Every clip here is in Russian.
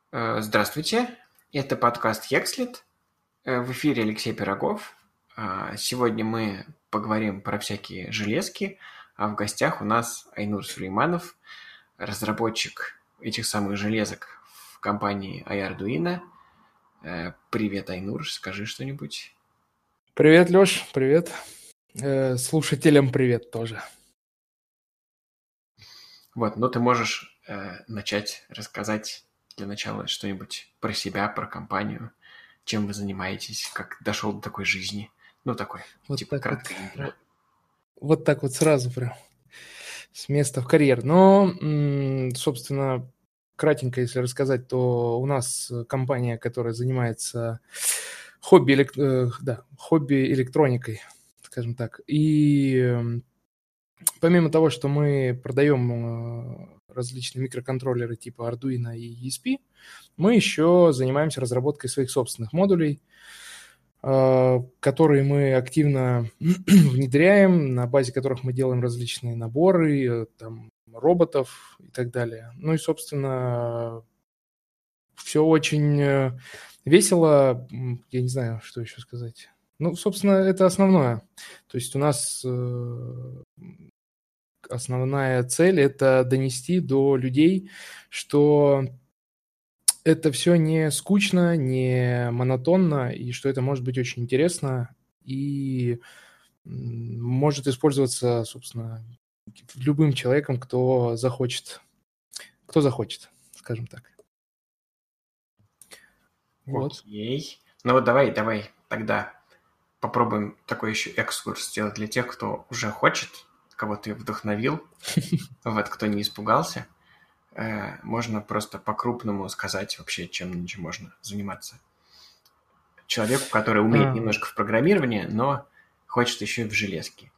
Здравствуйте, это подкаст «Хекслит». В эфире Алексей Пирогов. Сегодня мы поговорим про всякие железки, а в гостях у нас Айнур Сулейманов, разработчик этих самых железок в компании iArduino. Привет, Айнур, скажи что-нибудь. Привет, Лёш, привет. Слушателям привет тоже. Ну ты можешь начать рассказать для начала что-нибудь про себя, про компанию, чем вы занимаетесь, как дошел до такой жизни. Такой, Вот типа, так вот, краткое интро. вот так вот сразу прям с места в карьер. Но, собственно, кратенько, если рассказать, то у нас компания, которая занимается хобби электроникой, скажем так. И помимо того, что мы продаем различные микроконтроллеры типа Arduino и ESP, мы еще занимаемся разработкой своих собственных модулей, которые мы активно внедряем, на базе которых мы делаем различные наборы, там, роботов и так далее. Ну и, собственно, все очень весело. Я не знаю, что еще сказать. Ну, собственно, это основное. То есть у нас основная цель – это донести до людей, что это все не скучно, не монотонно, и что это может быть очень интересно и может использоваться, собственно, любым человеком, кто захочет, скажем так. Вот. Окей. Давай тогда попробуем такой еще экскурс сделать для тех, кто уже хочет, кого ты вдохновил, кто не испугался. Можно просто по-крупному сказать вообще, чем можно заниматься. Человеку, который умеет немножко в программировании, но хочет еще и в железке.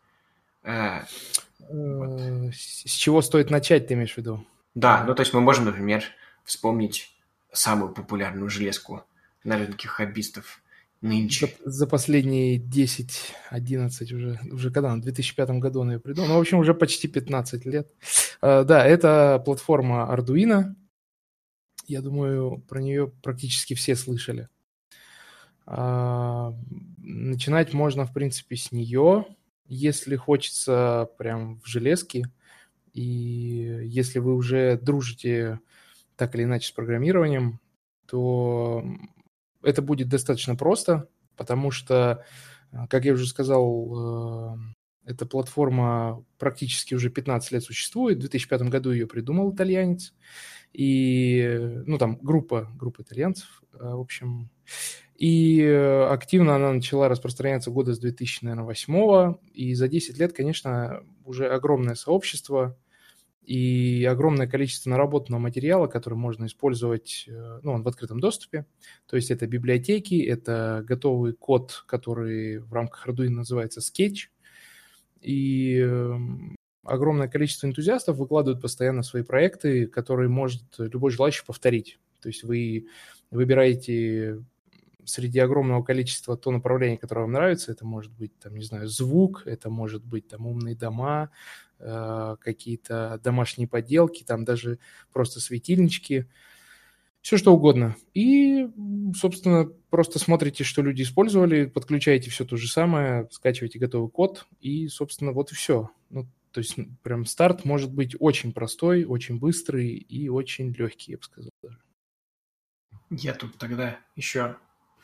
С чего стоит начать, ты имеешь в виду? Да, то есть мы можем, например, вспомнить самую популярную железку на рынке хоббистов нынче. За последние 10-11 уже когда? В 2005 году он ее придумал. Ну, в общем, уже почти 15 лет. Да, это платформа Arduino. Я думаю, про нее практически все слышали. Начинать можно, в принципе, с нее, если хочется прям в железке. И если вы уже дружите так или иначе с программированием, то это будет достаточно просто, потому что, как я уже сказал, эта платформа практически уже 15 лет существует. В 2005 году ее придумал итальянец. И, там группа итальянцев, в общем. И активно она начала распространяться года с 2008. И за 10 лет, конечно, уже огромное сообщество и огромное количество наработанного материала, который можно использовать, он в открытом доступе. То есть это библиотеки, это готовый код, который в рамках Arduino называется Sketch. И огромное количество энтузиастов выкладывают постоянно свои проекты, которые может любой желающий повторить. То есть вы выбираете среди огромного количества то направление, которое вам нравится. Это может быть, звук, это может быть, умные дома, какие-то домашние поделки, даже просто светильнички, все что угодно. И, собственно, просто смотрите, что люди использовали, подключаете все то же самое, скачиваете готовый код, и, собственно, вот и все. То есть прям старт может быть очень простой, очень быстрый и очень легкий, я бы сказал даже. Я тут тогда еще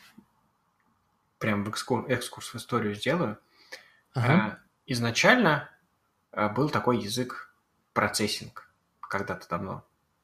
прям экскурс в историю сделаю. Ага. Изначально был такой язык процессинг когда-то давно.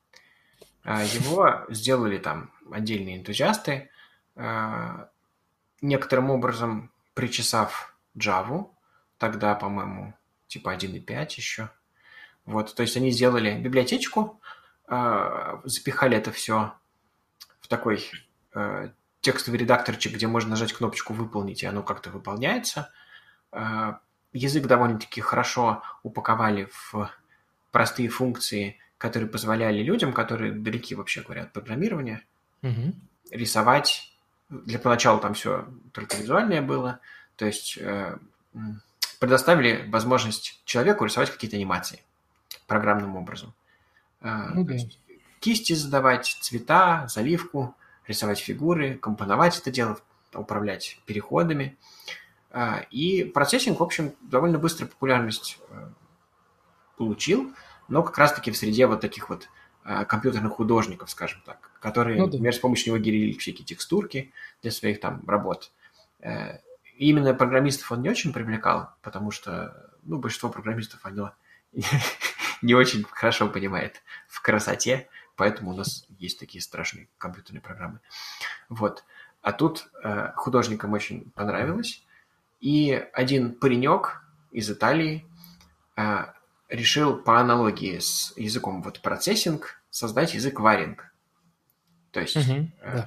Его сделали там отдельные энтузиасты, некоторым образом причесав Java, тогда, по-моему, типа 1.5 еще. То есть они сделали библиотечку, запихали это все в такой текстовый редакторчик, где можно нажать кнопочку «Выполнить», и оно как-то выполняется. Язык довольно-таки хорошо упаковали в простые функции, которые позволяли людям, которые далеки, вообще говоря, от программирования, рисовать. Поначалу там все только визуальное было. То есть предоставили возможность человеку рисовать какие-то анимации программным образом. Ну да. кисти задавать, цвета, заливку, рисовать фигуры, компоновать это дело, управлять переходами. И процессинг, в общем, довольно быстро популярность получил, но как раз-таки в среде вот таких вот компьютерных художников, скажем так, которые, Ну да. например, с помощью него генерили всякие текстурки для своих там работ. И именно программистов он не очень привлекал, потому что, ну, большинство программистов, оно не очень хорошо понимает в красоте, поэтому у нас есть такие страшные компьютерные программы. Вот. А тут художникам очень понравилось, и один паренек из Италии решил по аналогии с языком вот процессинг создать язык варинг. То есть Да.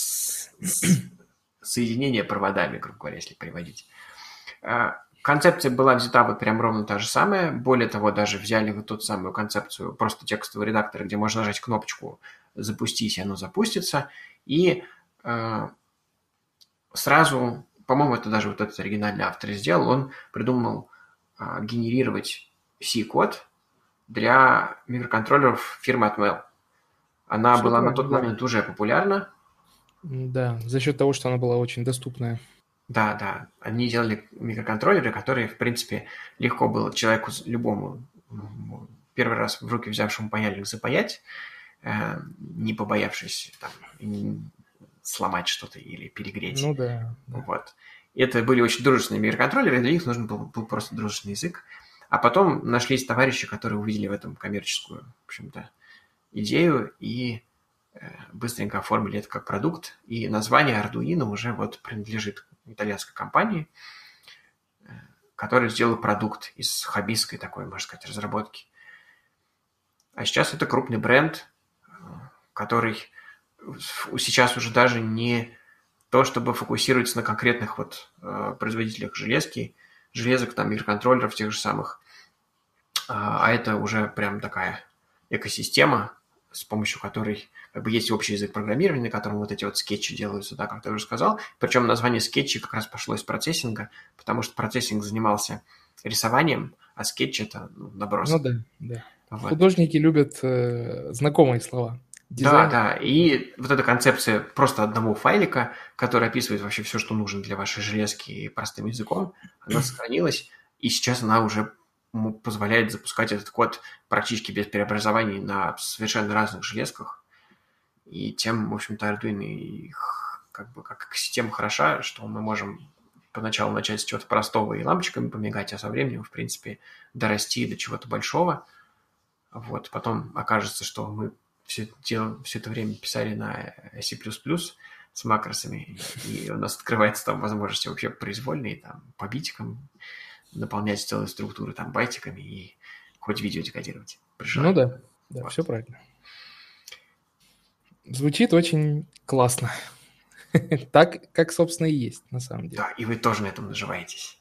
соединение проводами, грубо говоря, если переводить. Концепция была взята вот прям ровно та же самая. Более того, даже взяли вот ту самую концепцию просто текстового редактора, где можно нажать кнопочку «Запустить», и оно запустится. И сразу, по-моему, это даже вот этот оригинальный автор сделал, он придумал генерировать C-код для микроконтроллеров фирмы Atmel. Она Всё была на правильно, тот да. момент уже популярна. Да, за счет того, что она была очень доступная. Да, да. Они делали микроконтроллеры, которые, в принципе, легко было человеку любому первый раз в руки взявшему паяльник запаять, не побоявшись там сломать что-то или перегреть. Ну да. Вот. И это были очень дружественные микроконтроллеры, и для них нужен был просто дружественный язык. А потом нашлись товарищи, которые увидели в этом коммерческую, в общем-то, идею и быстренько оформили это как продукт. И название Arduino уже вот принадлежит итальянской компании, которая сделала продукт из хоббистской такой, можно сказать, разработки. А сейчас это крупный бренд, который сейчас уже даже не то, чтобы фокусируется на конкретных вот производителях железок, там, микроконтроллеров тех же самых, а это уже прям такая экосистема, с помощью которой как бы есть общий язык программирования, на котором вот эти вот скетчи делаются, да, как ты уже сказал. Причем название скетчи как раз пошло из процессинга, потому что процессинг занимался рисованием, а скетч – это набросок. Ну да, да. Вот. Художники любят знакомые слова. Да, да, и вот эта концепция просто одного файлика, который описывает вообще все, что нужно для вашей железки простым языком, она сохранилась, и сейчас она уже позволяет запускать этот код практически без преобразований на совершенно разных железках. И тем, в общем-то, Arduino как бы как система хороша, что мы можем поначалу начать с чего-то простого и лампочками помигать, а со временем, в принципе, дорасти до чего-то большого. Вот. Потом окажется, что мы все это время писали на C++ с макросами, и у нас открывается там возможности вообще произвольные, там, по битикам наполнять целые структуры там байтиками и хоть видео декодировать. Ну да, да, вот. Все правильно. Звучит очень классно. Так, как, собственно, и есть, на самом деле. Да, и вы тоже на этом наживаетесь.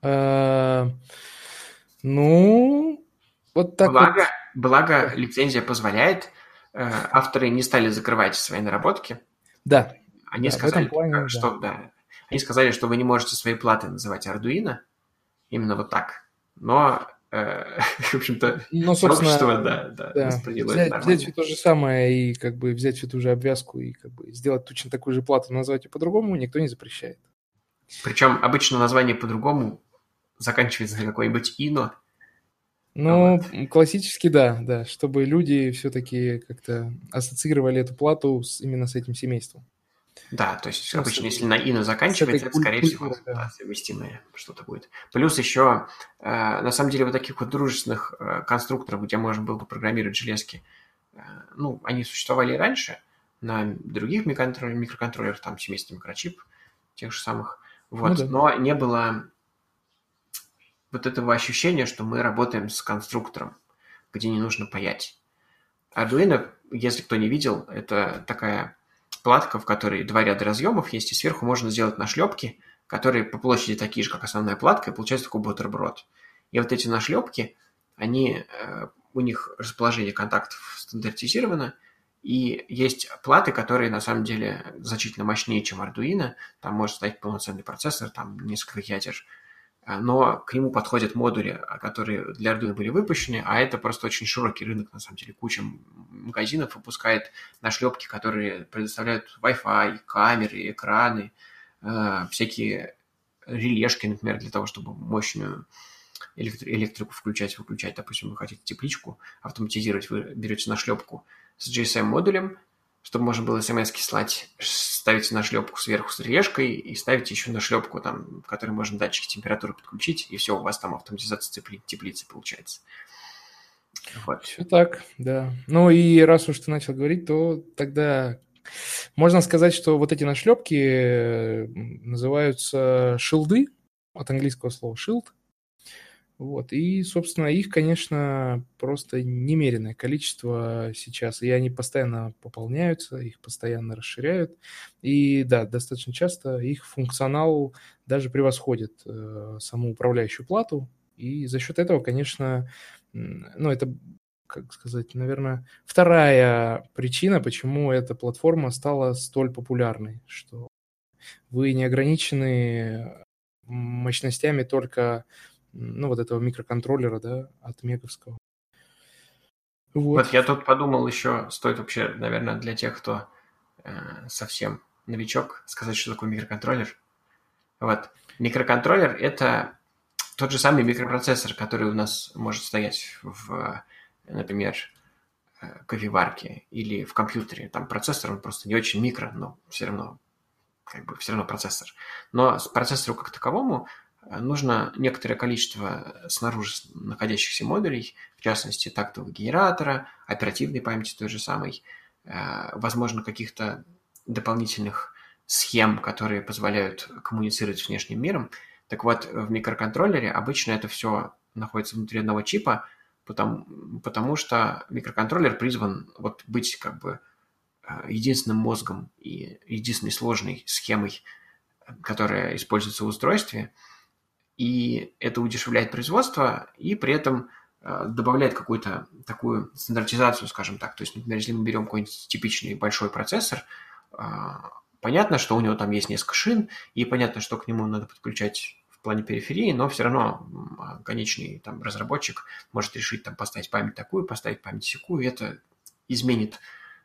Ну, вот так Благо, лицензия позволяет, авторы не стали закрывать свои наработки. Да. Они сказали, что они сказали, что вы не можете свои платы называть Arduino, именно вот так. Но, в общем-то, сообщество, восприняло это нормально. Взять все то же самое и как бы взять всю ту же обвязку и как бы сделать точно такую же плату, назвать ее по-другому, никто не запрещает. Причем обычно название по-другому заканчивается на какой-нибудь ино. Ну, классически, да, чтобы люди все-таки как-то ассоциировали эту плату именно с этим семейством. Да, то есть обычно, если на ино заканчивается, это, скорее всего, совместимое что-то будет. Плюс еще, на самом деле, вот таких вот дружественных конструкторов, где можно было бы программировать железки, ну, они существовали и раньше на других микроконтроллерах, там, семейства микрочип, тех же самых, вот, но не было вот этого ощущения, что мы работаем с конструктором, где не нужно паять. Arduino, если кто не видел, это такая платка, в которой два ряда разъемов есть, и сверху можно сделать нашлепки, которые по площади такие же, как основная платка, и получается такой бутерброд. И вот эти нашлепки, у них расположение контактов стандартизировано, и есть платы, которые на самом деле значительно мощнее, чем Arduino. Там может стоять полноценный процессор, там несколько ядер. но к нему подходят модули, которые для Arduino были выпущены, а это просто очень широкий рынок, на самом деле. Куча магазинов выпускает нашлепки, которые предоставляют Wi-Fi, камеры, экраны, всякие релешки, например, для того, чтобы мощную электрику включать-выключать. Допустим, вы хотите тепличку автоматизировать, вы берете нашлепку с GSM-модулем, чтобы можно было смс-ки слать, ставите нашлепку сверху с релешкой и ставите еще нашлепку, там, в которой можно датчик температуры подключить, и все, у вас там автоматизация теплицы получается. Вот. Все так, да. Ну и раз уж ты начал говорить, то тогда можно сказать, что вот эти нашлепки называются шилды, от английского слова shield. Вот. И, собственно, их, конечно, просто немереное количество сейчас. И они постоянно пополняются, их постоянно расширяют. И, да, достаточно часто их функционал даже превосходит саму управляющую плату. И за счет этого, конечно, ну, это, как сказать, наверное, вторая причина, почему эта платформа стала столь популярной, что вы не ограничены мощностями только, ну, вот этого микроконтроллера, да, от меговского. Вот я тут подумал еще, стоит вообще, наверное, для тех, кто совсем новичок, сказать, что такое микроконтроллер. Вот. Микроконтроллер – это тот же самый микропроцессор, который у нас может стоять в, например, кофеварке или в компьютере. Там процессор, он просто не очень микро, но все равно процессор. Но процессору как таковому нужно некоторое количество снаружи находящихся модулей, в частности, тактового генератора, оперативной памяти той же самой, возможно, каких-то дополнительных схем, которые позволяют коммуницировать с внешним миром. Так вот, в микроконтроллере обычно это все находится внутри одного чипа, потому что микроконтроллер призван вот быть как бы единственным мозгом и единственной сложной схемой, которая используется в устройстве, и это удешевляет производство и при этом добавляет какую-то такую стандартизацию, скажем так. То есть, например, если мы берем какой-нибудь типичный большой процессор, понятно, что у него там есть несколько шин, и понятно, что к нему надо подключать в плане периферии, но все равно конечный там разработчик может решить там поставить память такую, поставить память сякую, и это изменит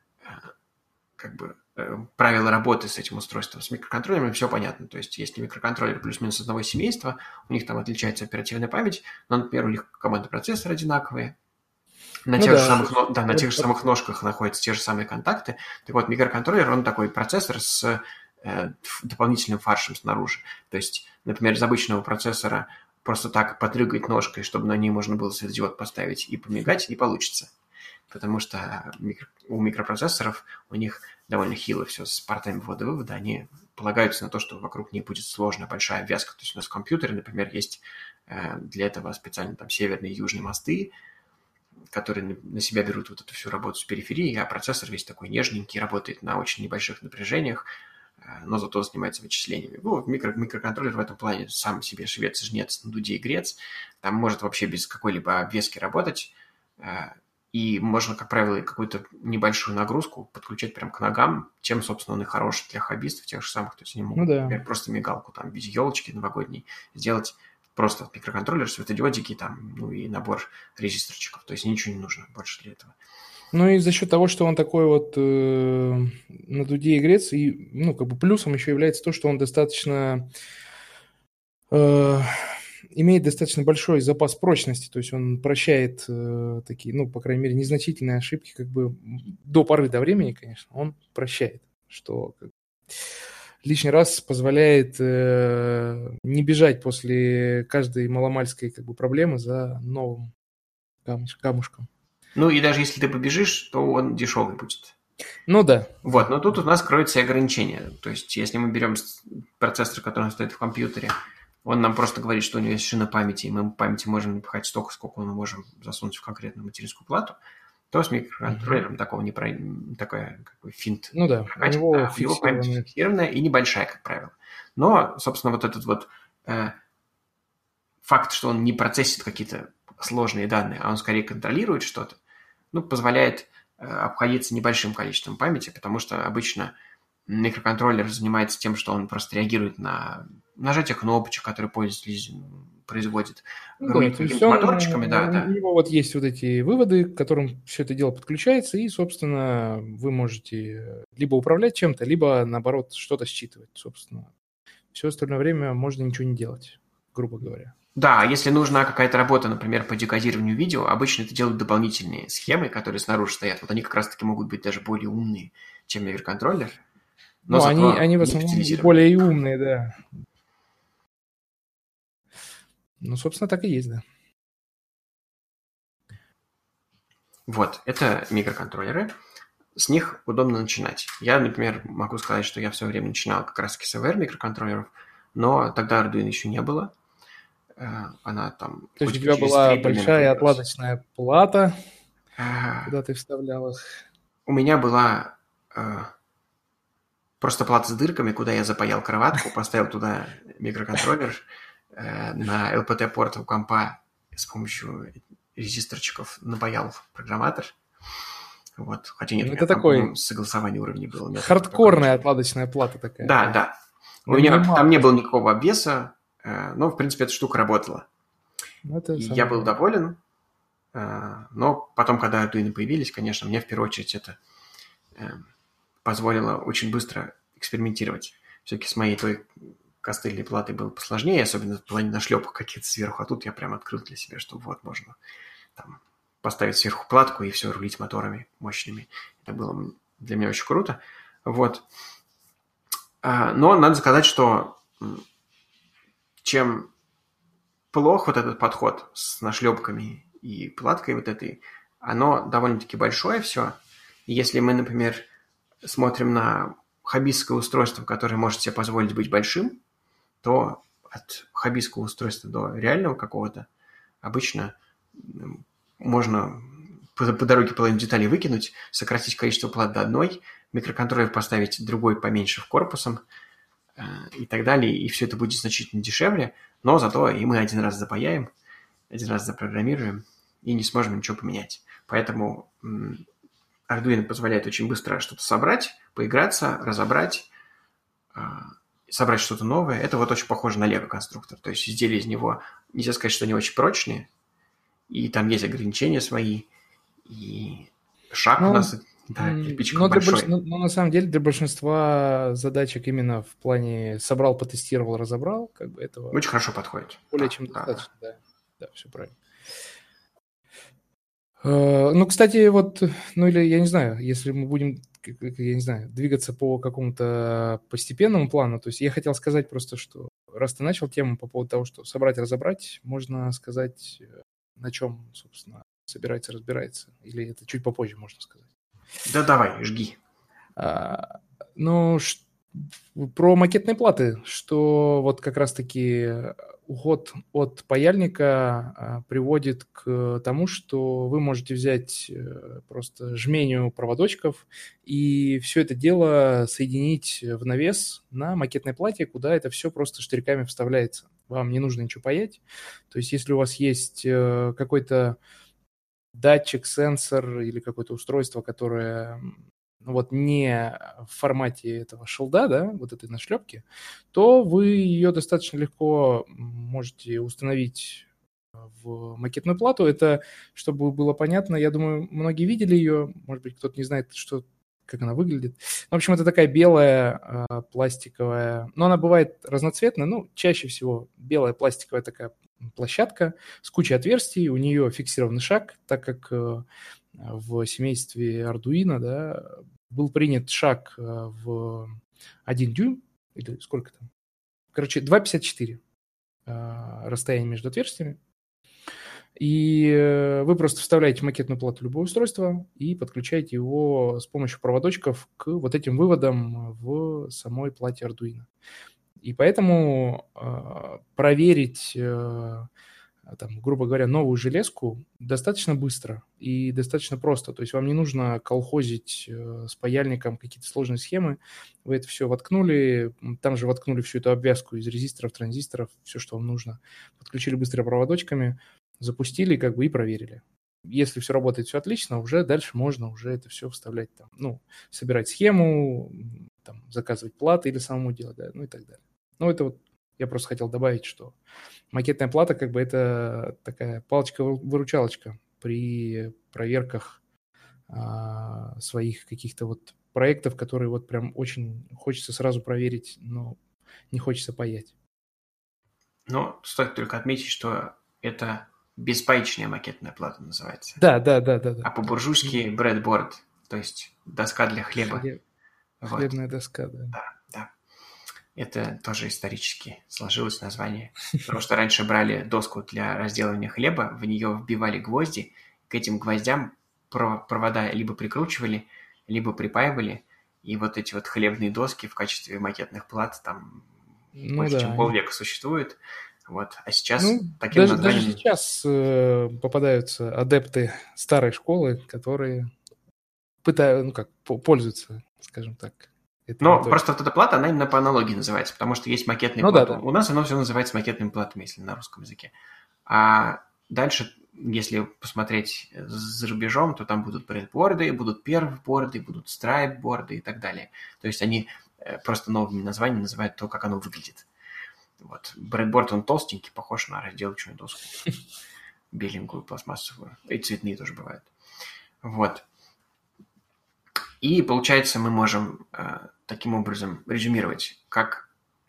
как бы правила работы с этим устройством. С микроконтроллерами все понятно. То есть, если микроконтроллер плюс-минус одного семейства, у них там отличается оперативная память, но, например, у них команды процессора одинаковые, на тех же самых ножках находятся те же самые контакты. Так вот, микроконтроллер, он такой процессор с дополнительным фаршем снаружи. То есть, например, из обычного процессора просто так подрыгать ножкой, чтобы на ней можно было светодиод поставить и помигать, не получится. Потому что у микропроцессоров у них довольно хило все с портами ввода-вывода, они полагаются на то, что вокруг них будет сложная большая обвязка. То есть у нас в компьютере, например, есть для этого специально там северные и южные мосты, которые на себя берут вот эту всю работу с периферией, а процессор весь такой нежненький, работает на очень небольших напряжениях, но зато занимается вычислениями. Ну, микроконтроллер в этом плане сам себе швец и жнец на дуде и грец, там может вообще без какой-либо обвески работать, и можно, как правило, какую-то небольшую нагрузку подключать прям к ногам, чем, собственно, он и хорош для хоббистов тех же самых. То есть они могут, например, просто мигалку там в виде елочки новогодней сделать просто микроконтроллер, светодиодики там, ну и набор резисторчиков. То есть ничего не нужно больше для этого. Ну и за счет того, что он такой вот на дуде и грец, и, ну, как бы плюсом еще является то, что он достаточно имеет достаточно большой запас прочности, то есть он прощает такие, ну, по крайней мере, незначительные ошибки, как бы до поры до времени, конечно, он прощает, что лишний раз позволяет не бежать после каждой маломальской как бы проблемы за новым камушком. Ну и даже если ты побежишь, то он дешевый будет. Ну да. Вот, но тут у нас кроются ограничения. То есть если мы берем процессор, который стоит в компьютере, он нам просто говорит, что у него есть шина памяти, и мы памяти можем напихать столько, сколько мы можем засунуть в конкретную материнскую плату, то с микроконтроллером такого не такой как бы финт. Ну да, у него память фиксированная и небольшая, как правило. Но, собственно, вот этот вот факт, что он не процессит какие-то сложные данные, а он скорее контролирует что-то, ну, позволяет обходиться небольшим количеством памяти, потому что обычно микроконтроллер занимается тем, что он просто реагирует на нажатие кнопочек, которые пользователь производит, Ну да, рулит то есть какими-то он, моторчиками, да, у да. него вот есть вот эти выводы, к которым все это дело подключается, и, собственно, вы можете либо управлять чем-то, либо, наоборот, что-то считывать, собственно. Все остальное время можно ничего не делать, грубо говоря. Да, если нужна какая-то работа, например, по декодированию видео, обычно это делают дополнительные схемы, которые снаружи стоят. Вот они как раз-таки могут быть даже более умные, чем микроконтроллер, но Ну, зато они в не основном специализированные. более и умные, да. Ну, собственно, так и есть, да. Вот, это микроконтроллеры. С них удобно начинать. Я, например, могу сказать, что я в свое время начинал как раз-таки с AVR микроконтроллеров, но тогда Arduino еще не было. Она там То есть у хоть тебя через была 3 примерно большая появилась. отладочная плата, Э, куда ты вставлял их. У меня была просто плата с дырками, куда я запаял кроватку, поставил туда микроконтроллер на LPT-порт у компа с помощью резисторчиков напаял программатор. Вот. Хотя нет, Ну, у меня это там, по-моему, такой согласование уровней было. У меня только такой хардкорная нажимал. отладочная плата такая, Да, да. да. У На меня там не минималках. было никакого обвеса, но, в принципе, эта штука работала. Ну, это И я самое был главное. доволен, но потом, когда Arduino появились, конечно, мне в первую очередь это э, позволило очень быстро экспериментировать. Все-таки с моей той костыльной платой было посложнее, особенно в плане нашлепок каких-то сверху, а тут я прям открыл для себя, что вот можно там поставить сверху платку и все, рулить моторами мощными. Это было для меня очень круто. Вот. Но надо сказать, что чем плох вот этот подход с нашлепками и платкой вот этой, оно довольно-таки большое все. И если мы, например, смотрим на хоббистское устройство, которое может себе позволить быть большим, то от хоббистского устройства до реального какого-то обычно можно по дороге половину деталей выкинуть, сократить количество плат до одной, микроконтроллер поставить другой поменьше в корпусом и так далее, и все это будет значительно дешевле, но зато и мы один раз запаяем, один раз запрограммируем и не сможем ничего поменять. Поэтому Arduino позволяет очень быстро что-то собрать, поиграться, разобрать, собрать что-то новое. Это вот очень похоже на Лего-конструктор. То есть изделия из него, нельзя сказать, что они очень прочные, и там есть ограничения свои, и шаг у Ну, нас, да, кирпичиков большой. но на самом деле для большинства задачек именно в плане собрал, потестировал, разобрал, как бы этого Очень хорошо подходит. более Да, чем да, да. достаточно, да. Да, все правильно. Ну, кстати, вот, ну или я не знаю, если мы будем, я не знаю, двигаться по какому-то постепенному плану, то есть я хотел сказать просто, что раз ты начал тему по поводу того, что собрать, разобрать, можно сказать, на чем, собственно, собирается, разбирается, или это чуть попозже можно сказать. Да давай, жги. А, Ну, про макетные платы, что вот как раз-таки уход от паяльника приводит к тому, что вы можете взять просто жменю проводочков и все это дело соединить в навес на макетной плате, куда это все просто штырьками вставляется. Вам не нужно ничего паять. То есть если у вас есть какой-то датчик, сенсор или какое-то устройство, которое ну, вот не в формате этого шилда, да, вот этой нашлепки, то вы ее достаточно легко можете установить в макетную плату. Это, чтобы было понятно, я думаю, многие видели ее, может быть, кто-то не знает, что, как она выглядит. В общем, это такая белая пластиковая, но она бывает разноцветная, ну, чаще всего белая пластиковая такая площадка с кучей отверстий, у нее фиксированный шаг, так как в семействе Arduino, да, был принят шаг в 1 дюйм, или сколько там? Короче, 2,54 расстояние между отверстиями. И вы просто вставляете в макетную плату любое устройство и подключаете его с помощью проводочков к вот этим выводам в самой плате Arduino. И поэтому проверить там, грубо говоря, новую железку достаточно быстро и достаточно просто. То есть вам не нужно колхозить с паяльником какие-то сложные схемы. Вы это все воткнули, там же воткнули всю эту обвязку из резисторов, транзисторов, все, что вам нужно. Подключили быстро проводочками, запустили как бы и проверили. Если все работает, все отлично, уже дальше можно уже это все вставлять там, ну, собирать схему, там заказывать платы или самому делать, да, ну и так далее. Ну, это вот я просто хотел добавить, что макетная плата как бы это такая палочка-выручалочка при проверках своих каких-то вот проектов, которые вот прям очень хочется сразу проверить, но не хочется паять. Но стоит только отметить, что это беспаечная макетная плата называется. Да. А по-буржуйски breadboard, то есть доска для хлеба. Хлебная доска, да. Да. Это тоже исторически сложилось название. Потому что раньше брали доску для разделывания хлеба, в нее вбивали гвозди, к этим гвоздям провода либо прикручивали, либо припаивали, и вот эти вот хлебные доски в качестве макетных плат там больше, чем полвека существуют. Вот. А сейчас таким даже названием... сейчас попадаются адепты старой школы, которые пользуются, скажем так. Но просто вот эта плата, она именно по аналогии называется, потому что есть макетные платы. Да. У нас оно все называется макетными платами, если на русском языке. А дальше, если посмотреть за рубежом, то там будут брэдборды, будут первборды, будут страйпборды и так далее. То есть они просто новыми названиями называют то, как оно выглядит. Вот. Брэдборд, он толстенький, похож на разделочную доску. Беленькую, пластмассовую. И цветные тоже бывают. Вот. И, получается, мы можем таким образом резюмировать, как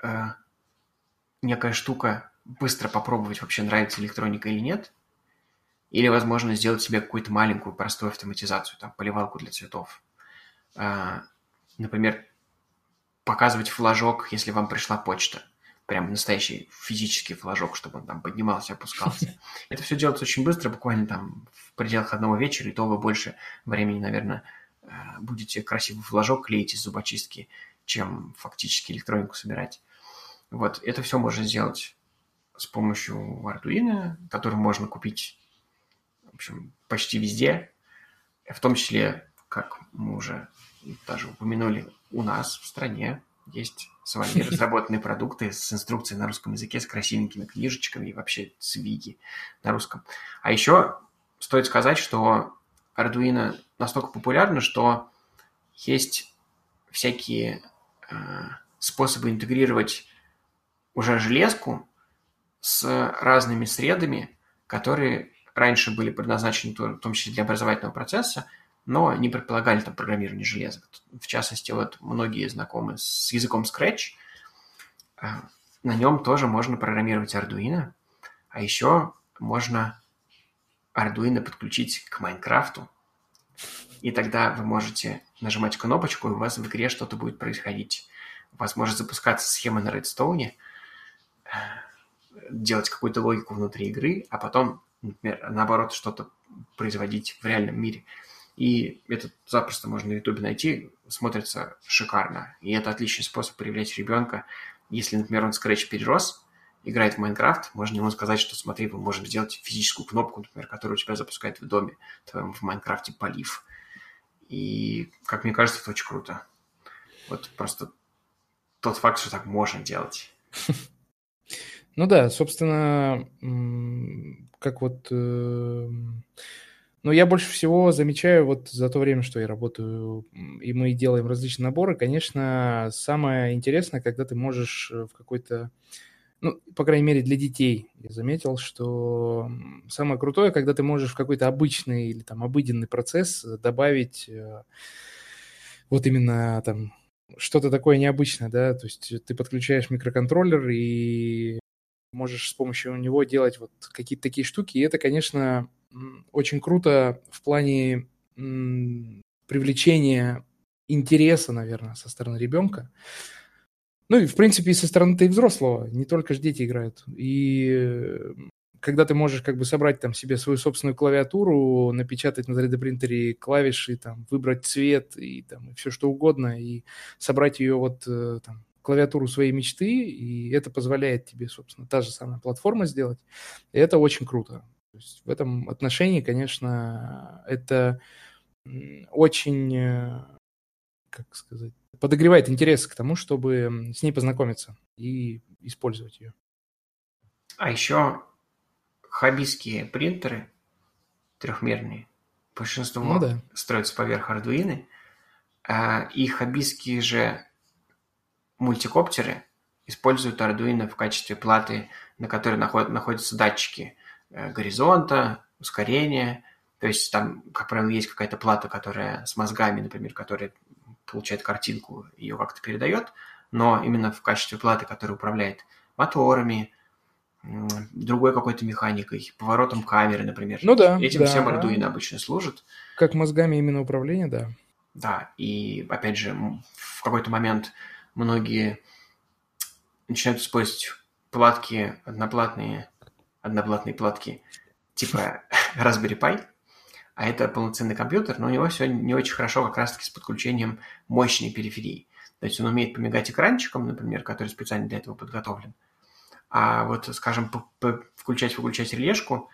некая штука быстро попробовать, вообще нравится электроника или нет, или, возможно, сделать себе какую-то маленькую простую автоматизацию, там, поливалку для цветов. Например, показывать флажок, если вам пришла почта. Прям настоящий физический флажок, чтобы он там поднимался, опускался. Это все делается очень быстро, буквально там в пределах одного вечера, и то вы больше времени, наверное, будете красивый флажок клеить из зубочистки, чем фактически электронику собирать. Вот, это все можно сделать с помощью Arduino, который можно купить, в общем, почти везде, в том числе, как мы уже даже упомянули, у нас в стране есть свои разработанные продукты с инструкцией на русском языке, с красивенькими книжечками и вообще с вики на русском. А еще стоит сказать, что Arduino настолько популярно, что есть всякие способы интегрировать уже железку с разными средами, которые раньше были предназначены в том числе для образовательного процесса, но не предполагали там программирование железа. В частности, вот многие знакомы с языком Scratch. На нем тоже можно программировать Arduino, а еще можно Arduino подключить к Майнкрафту, и тогда вы можете нажимать кнопочку, и у вас в игре что-то будет происходить. У вас может запускаться схема на Redstone, делать какую-то логику внутри игры, а потом, например, наоборот, что-то производить в реальном мире. И это запросто можно на YouTube найти, смотрится шикарно. И это отличный способ привлечь ребенка. Если, например, он Scratch перерос, играет в Майнкрафт, можно ему сказать, что смотри, мы можем сделать физическую кнопку, например, которая у тебя запускает в доме твоем в Майнкрафте полив. И, как мне кажется, это очень круто. Вот просто тот факт, что так можно делать. Ну да, собственно, как вот... Ну, я больше всего замечаю вот за то время, что я работаю, и мы делаем различные наборы, конечно, самое интересное, когда ты можешь в какой-то... Ну, по крайней мере, для детей я заметил, что самое крутое, когда ты можешь в какой-то обычный или там обыденный процесс добавить вот именно там что-то такое необычное, да, то есть ты подключаешь микроконтроллер и можешь с помощью него делать вот какие-то такие штуки, и это, конечно, очень круто в плане привлечения интереса, наверное, со стороны ребенка. Ну и, в принципе, и со стороны-то и взрослого. Не только же дети играют. И когда ты можешь как бы собрать там себе свою собственную клавиатуру, напечатать на 3D-принтере клавиши, там, выбрать цвет и там и все что угодно, и собрать ее вот там, клавиатуру своей мечты, и это позволяет тебе, собственно, та же самая платформа сделать. И это очень круто. То есть в этом отношении, конечно, это очень, как сказать, подогревает интерес к тому, чтобы с ней познакомиться и использовать ее. А еще хоббистские принтеры трехмерные, большинство строятся поверх Arduino, и хоббистские же мультикоптеры используют Arduino в качестве платы, на которой находятся датчики горизонта, ускорения. То есть там, как правило, есть какая-то плата, которая с мозгами, например, которая получает картинку, ее как-то передает, но именно в качестве платы, которая управляет моторами, другой какой-то механикой, поворотом камеры, например. Ну да, Этим да, всем она Arduino обычно служит. как мозгами именно управления, да. Да, и опять же, в какой-то момент многие начинают использовать платки одноплатные платки типа Raspberry Pi, а это полноценный компьютер, но у него все не очень хорошо как раз-таки с подключением мощной периферии. То есть он умеет помигать экранчиком, например, который специально для этого подготовлен. А вот, скажем, включать-выключать релешку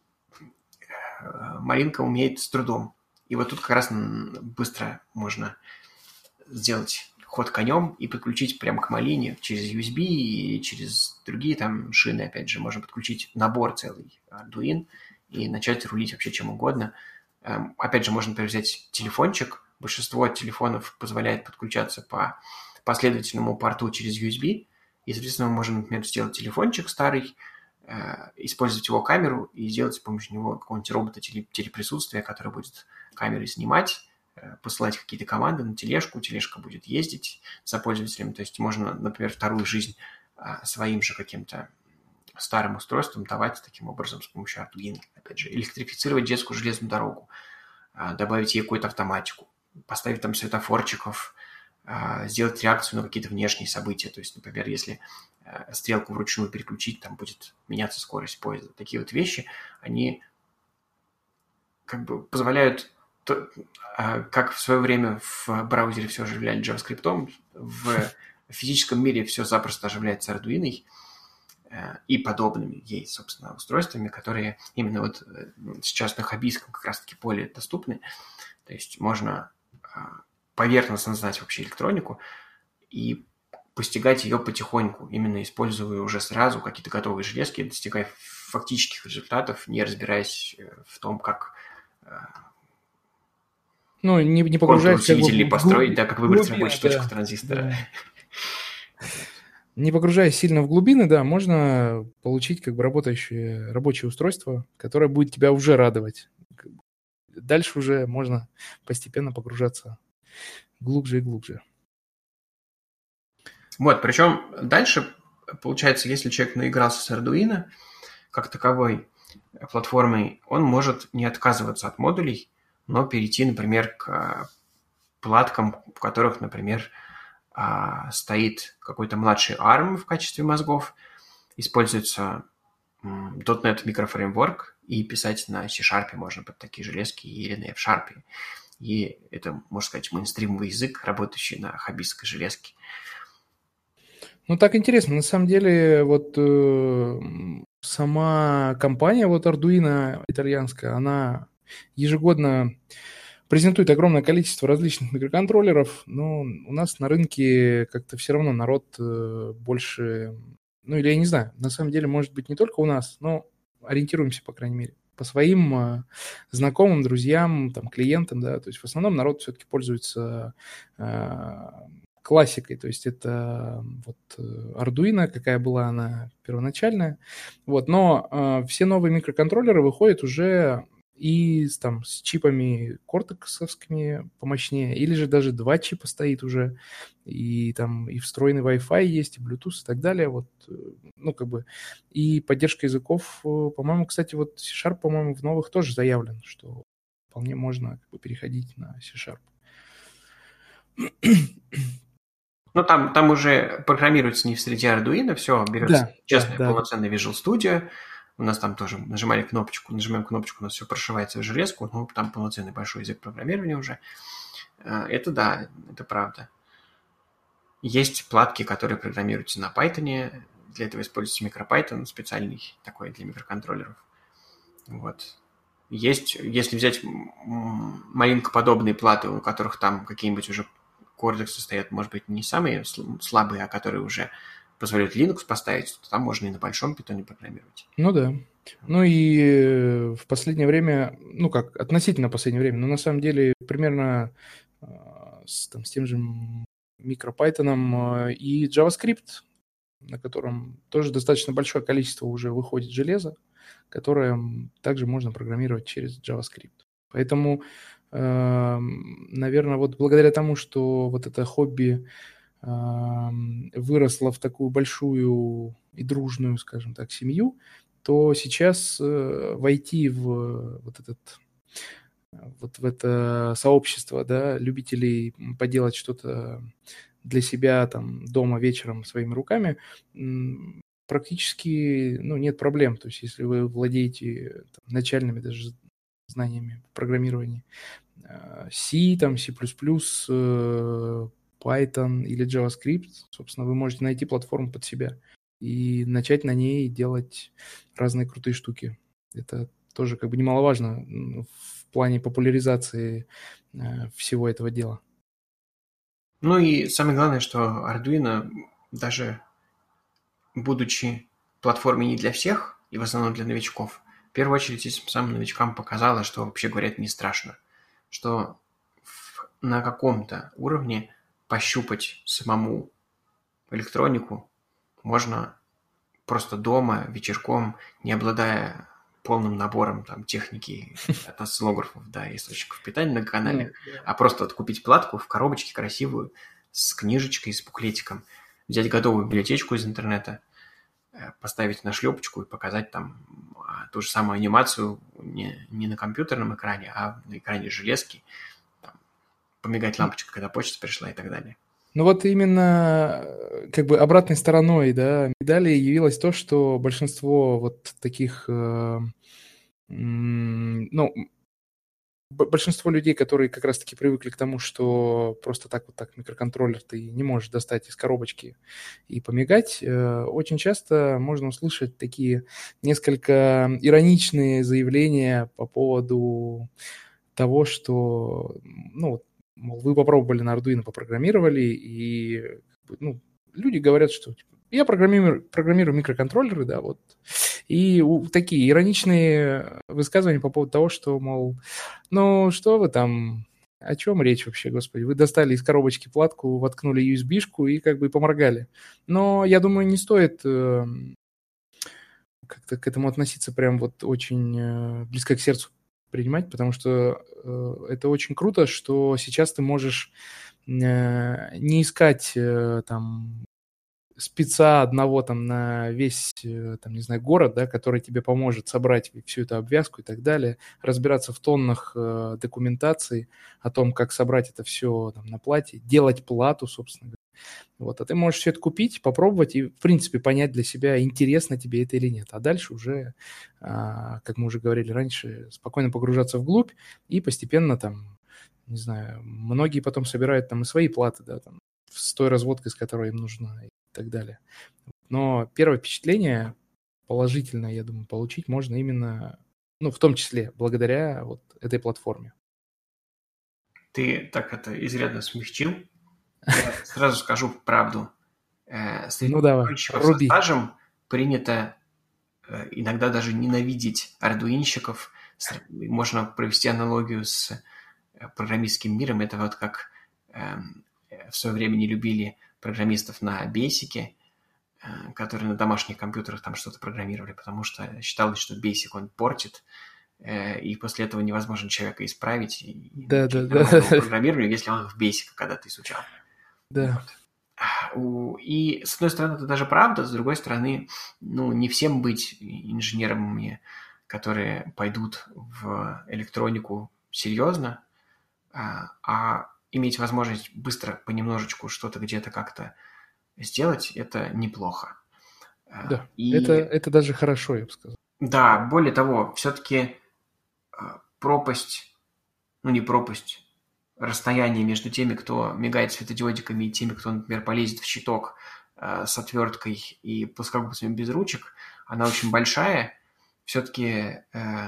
малинка умеет с трудом. И вот тут как раз быстро можно сделать ход конем и подключить прямо к малине через USB и через другие там шины, опять же, можно подключить набор целый Arduino и начать рулить вообще чем угодно. Опять же, можно, например, взять телефончик. Большинство телефонов позволяет подключаться по последовательному порту через USB. И, соответственно, мы можем, например, сделать телефончик старый, использовать его камеру и сделать с помощью него какого-нибудь робота телеприсутствия, который будет камерой снимать, посылать какие-то команды на тележку, тележка будет ездить за пользователем. То есть можно, например, вторую жизнь своим же каким-то старым устройством давать таким образом с помощью Arduino. Опять же, электрифицировать детскую железную дорогу, добавить ей какую-то автоматику, поставить там светофорчиков, сделать реакцию на какие-то внешние события. То есть, например, если стрелку вручную переключить, там будет меняться скорость поезда. Такие вот вещи, они как бы позволяют, как в свое время в браузере все оживляли JavaScript, в физическом мире все запросто оживляется Arduino и подобными ей, собственно, устройствами, которые именно вот сейчас на хоббийском как раз-таки поле доступны. То есть можно поверхностно знать вообще электронику и постигать ее потихоньку, именно используя уже сразу какие-то готовые железки, достигая фактических результатов, не разбираясь в том, как Ну, не контур погружаясь как бы усилителей построить, да, как выбрать глубины, рабочую точку транзистора. Да. Не погружаясь сильно в глубины, да, можно получить как бы работающее рабочее устройство, которое будет тебя уже радовать. Дальше уже можно постепенно погружаться глубже и глубже. Вот, причем дальше, получается, если человек наигрался с Arduino, как таковой платформой, он может не отказываться от модулей, но перейти, например, к платкам, в которых, например, стоит какой-то младший ARM в качестве мозгов, используется .NET Micro и писать на C# можно под такие железки или на F#. И это, можно сказать, мейнстримовый язык, работающий на хоббистской железке. Ну, так интересно. На самом деле, вот сама компания вот Arduino итальянская, она ежегодно презентует огромное количество различных микроконтроллеров, но у нас на рынке как-то все равно народ больше... Ну, или я не знаю, на самом деле, может быть, не только у нас, но ориентируемся, по крайней мере, по своим знакомым, друзьям, там, клиентам, да, то есть в основном народ все-таки пользуется классикой, то есть это вот Arduino, какая была она первоначальная, вот, но все новые микроконтроллеры выходят уже и там с чипами кортексовскими помощнее, или же даже 2 чипа стоит уже, и там и встроенный Wi-Fi есть, и Bluetooth и так далее, вот, ну, как бы, и поддержка языков, по-моему, кстати, вот C#, по-моему, в новых тоже заявлен, что вполне можно как бы переходить на C#. Ну, там уже программируется не в среде Arduino, все, берется честная, Да. полноценная Visual Studio. У нас там тоже нажимаем кнопочку, у нас все прошивается в железку, ну, там полноценный большой язык программирования уже. Это да, это правда. Есть платки, которые программируются на Python, для этого используется MicroPython, специальный такой для микроконтроллеров. Вот. Есть, если взять маленько подобные платы, у которых там какие-нибудь уже кодексы стоят, может быть, не самые слабые, а которые уже позволяют Linux поставить, то там можно и на большом питоне программировать. Ну да. Ну и в последнее время, ну как, относительно последнее время, но на самом деле примерно с тем же MicroPython и JavaScript, на котором тоже достаточно большое количество уже выходит железа, которое также можно программировать через JavaScript. Поэтому, наверное, вот благодаря тому, что вот это хобби выросло в такую большую и дружную, скажем так, семью, то сейчас войти в вот в это сообщество, да, любителей поделать что-то для себя там дома вечером своими руками, практически, ну, нет проблем. То есть если вы владеете там начальными даже знаниями в программировании C, там, C++, Python или JavaScript, собственно, вы можете найти платформу под себя и начать на ней делать разные крутые штуки. Это тоже как бы немаловажно в плане популяризации всего этого дела. Ну и самое главное, что Arduino, даже будучи платформой не для всех и в основном для новичков, в первую очередь этим самым новичкам показала, что, вообще говоря, это не страшно, что на каком-то уровне пощупать самому электронику можно просто дома, вечерком, не обладая полным набором там техники от осциллографов до источников питания многоканальных, а просто откупить платку в коробочке красивую с книжечкой, с буклетиком, взять готовую библиотечку из интернета, поставить на шлепочку и показать там ту же самую анимацию не на компьютерном экране, а на экране железки, там, помигать лампочкой, когда почта пришла и так далее. Ну вот именно как бы обратной стороной, да, медали явилось то, что большинство вот таких, ну, большинство людей, которые как раз-таки привыкли к тому, что просто так вот так микроконтроллер ты не можешь достать из коробочки и помигать, очень часто можно услышать такие несколько ироничные заявления по поводу того, что, ну, мол, вы попробовали на Arduino, попрограммировали, и ну, люди говорят, что типа, я программирую микроконтроллеры, да, вот. И такие ироничные высказывания по поводу того, что, мол, ну что вы там, о чем речь вообще, господи? Вы достали из коробочки платку, воткнули USB-шку и как бы поморгали. Но я думаю, не стоит как-то к этому относиться прям вот очень близко к сердцу принимать, потому что это очень круто, что сейчас ты можешь не искать там спеца одного там на весь, там, не знаю, город, да, который тебе поможет собрать всю эту обвязку и так далее, разбираться в тоннах документации о том, как собрать это все там на плате, делать плату, собственно говоря. Вот, а ты можешь все это купить, попробовать и, в принципе, понять для себя, интересно тебе это или нет. А дальше уже, как мы уже говорили раньше, спокойно погружаться вглубь и постепенно там, не знаю, многие потом собирают там и свои платы, да, там, с той разводкой, с которой им нужно и так далее. Но первое впечатление положительное, я думаю, получить можно именно, ну, в том числе благодаря вот этой платформе. Ты так это изрядно смягчил. Я сразу скажу правду. Среди электронщиков со стажем принято иногда даже ненавидеть ардуинщиков. Можно провести аналогию с программистским миром. Это вот как в свое время не любили программистов на Basic, которые на домашних компьютерах там что-то программировали, потому что считалось, что Basic он портит, и после этого невозможно человека исправить. Да. Программирование, если он в Basic когда-то изучал. Да. Вот. И с одной стороны, это даже правда, с другой стороны, ну, не всем быть инженерами, которые пойдут в электронику серьезно, а иметь возможность быстро понемножечку что-то где-то как-то сделать, это неплохо. Да, это даже хорошо, я бы сказал. Да, более того, все-таки пропасть, ну не пропасть, расстояние между теми, кто мигает светодиодиками, и теми, кто, например, полезет в щиток с отверткой и плоскогубцами без ручек, она очень большая. Все-таки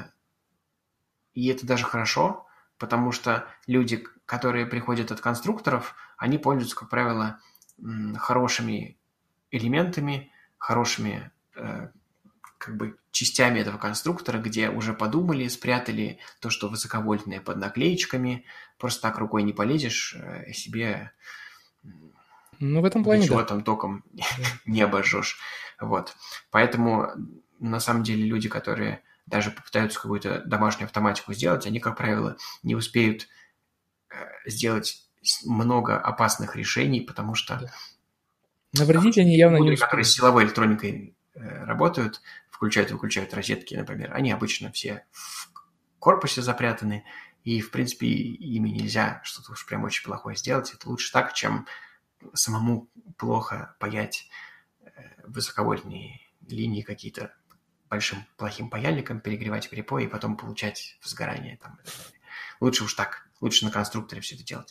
и это даже хорошо, потому что люди, которые приходят от конструкторов, они пользуются, как правило, хорошими элементами, хорошими как бы частями этого конструктора, где уже подумали, спрятали то, что высоковольтное под наклеечками, просто так рукой не полезешь, себе Ну, в этом плане, ничего да. там током Да. не обожжешь. Вот. Поэтому, на самом деле, люди, которые даже попытаются какую-то домашнюю автоматику сделать, они, как правило, не успеют сделать много опасных решений, потому что Да. Навредить они явно не люди, которые с успеют. силовой электроникой работают, включают и выключают розетки, например, они обычно все в корпусе запрятаны, и, в принципе, ими нельзя что-то уж прям очень плохое сделать. Это лучше так, чем самому плохо паять высоковольтные линии какие-то большим плохим паяльником, перегревать перепой и потом получать возгорание там и так далее. Лучше уж так. Лучше на конструкторе все это делать.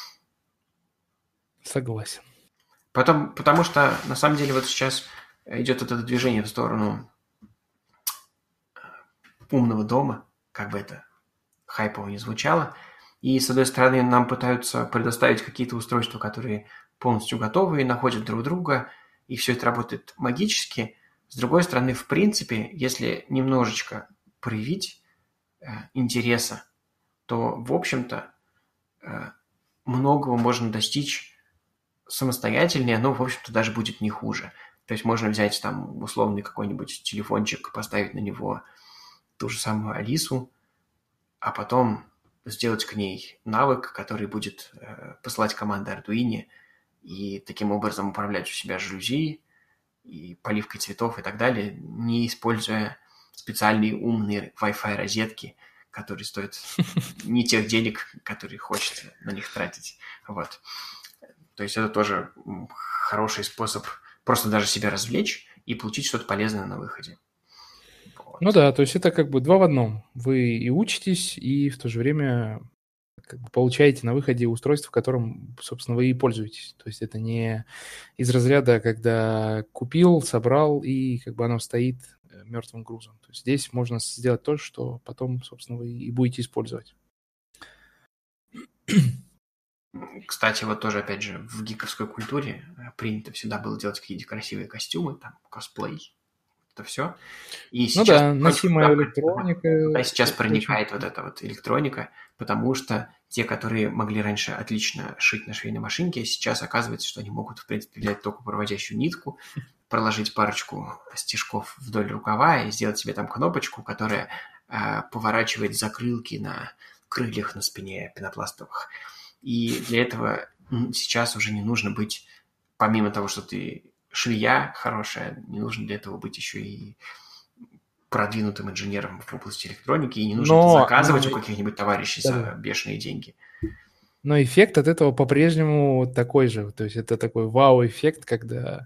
Согласен. Потом, потому что, на самом деле, вот сейчас идет вот это движение в сторону умного дома, как бы это хайпово не звучало. И, с одной стороны, нам пытаются предоставить какие-то устройства, которые полностью готовы и находят друг друга, и все это работает магически. С другой стороны, в принципе, если немножечко проявить интереса, то, в общем-то, многого можно достичь самостоятельно, и оно, в общем-то, даже будет не хуже. То есть можно взять там условный какой-нибудь телефончик, поставить на него ту же самую Алису, а потом сделать к ней навык, который будет посылать команды Arduino и таким образом управлять у себя жалюзи и поливкой цветов и так далее, не используя специальные умные Wi-Fi розетки, которые стоят не тех денег, которые хочется на них тратить. Вот. То есть это тоже хороший способ просто даже себя развлечь и получить что-то полезное на выходе. Вот. Ну да, то есть это как бы два в одном. Вы и учитесь, и в то же время как бы получаете на выходе устройство, которым, собственно, вы и пользуетесь. То есть это не из разряда, когда купил, собрал, и как бы оно стоит мертвым грузом. То есть здесь можно сделать то, что потом, собственно, вы и будете использовать. Кстати, вот тоже, опять же, в гиковской культуре принято всегда было делать какие-то красивые костюмы, там, косплей, это все. И Ну сейчас да, потихонечку носимая электроника. туда сейчас Это очень проникает вот круто. эта вот электроника, потому что те, которые могли раньше отлично шить на швейной машинке, сейчас оказывается, что они могут, в принципе, взять только проводящую нитку, проложить парочку стежков вдоль рукава и сделать себе там кнопочку, которая поворачивает закрылки на крыльях на спине пенопластовых. И для этого сейчас уже не нужно быть, помимо того, что ты швея хорошая, не нужно для этого быть еще и продвинутым инженером в области электроники, и не нужно это заказывать у каких-нибудь товарищей за бешеные деньги. Но эффект от этого по-прежнему такой же. То есть это такой вау-эффект, когда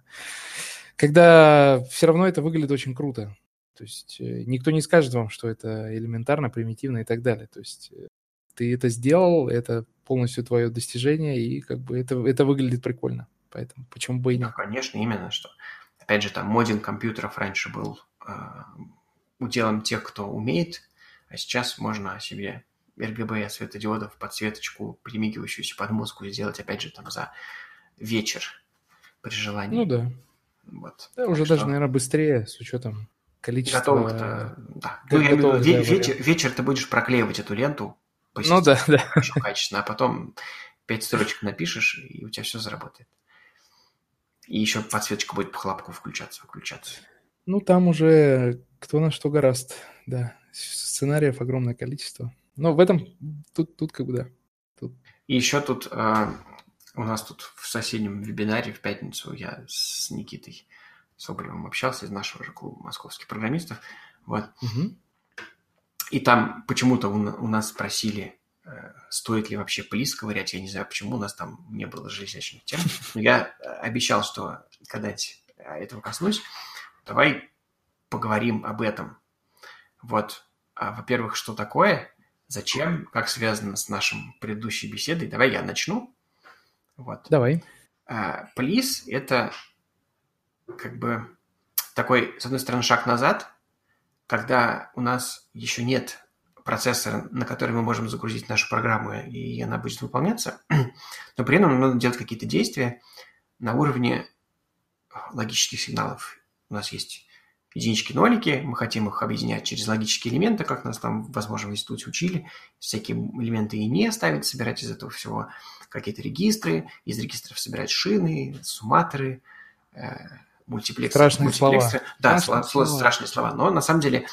все равно это выглядит очень круто. То есть никто не скажет вам, что это элементарно, примитивно и так далее. То есть ты это сделал, это полностью твое достижение, и как бы это выглядит прикольно. Поэтому почему бы и нет? Да, конечно, именно что. Опять же, там моддинг компьютеров раньше был уделом тех, кто умеет, а сейчас можно себе RGB светодиодов, подсветочку, примигивающуюся под музыку сделать, опять же, там за вечер при желании. Ну да. Вот. Да, уже даже, наверное, быстрее с учетом количества готовых-то, да. Ну, я имею в виду, вечер ты будешь проклеивать эту ленту по системе, да. еще качественно, а потом 5 строчек напишешь, и у тебя все заработает. И еще подсветочка будет по хлопку включаться, выключаться. Ну, там уже кто на что горазд, да. Сценариев огромное количество. Но в этом, тут как бы, да. Тут. И еще тут у нас тут в соседнем вебинаре в пятницу я с Никитой Соболевым общался из нашего же клуба московских программистов. Вот. Угу. И там почему-то у нас спросили, стоит ли вообще плиз ковырять. Я не знаю, почему у нас там не было железячных тем. Но я обещал, что когда-нибудь этого коснусь. Давай поговорим об этом. Вот, во-первых, что такое, зачем, как связано с нашей предыдущей беседой. Давай я начну. Вот. Давай. Плиз – это как бы такой, с одной стороны, шаг назад, когда у нас еще нет процессора, на который мы можем загрузить нашу программу, и она будет выполняться, но при этом нам надо делать какие-то действия на уровне логических сигналов. У нас есть единички-нолики, мы хотим их объединять через логические элементы, как нас там, возможно, в институте учили, всякие элементы и не ставить, собирать из этого всего. какие-то регистры, из регистров собирать шины, сумматоры, Страшные слова. Да, страшные слова. Но на самом деле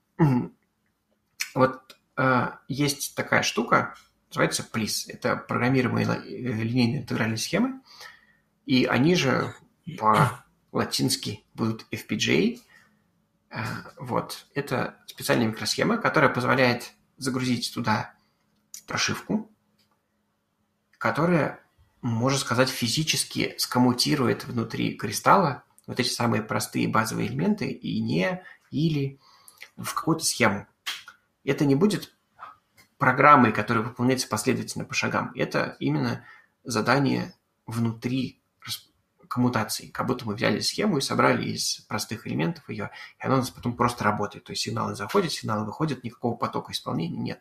вот есть такая штука, называется PLIS. Это программируемые линейные интегральные схемы. И они же по-латински будут FPGA. Вот. Это специальная микросхема, которая позволяет загрузить туда прошивку, которая, можно сказать, физически скоммутирует внутри кристалла вот эти самые простые базовые элементы и не, или в какую-то схему. Это не будет программой, которая выполняется последовательно по шагам. Это именно задание внутри коммутации. Как будто мы взяли схему и собрали из простых элементов ее, и она у нас потом просто работает. То есть сигналы заходят, сигналы выходят, никакого потока исполнения нет.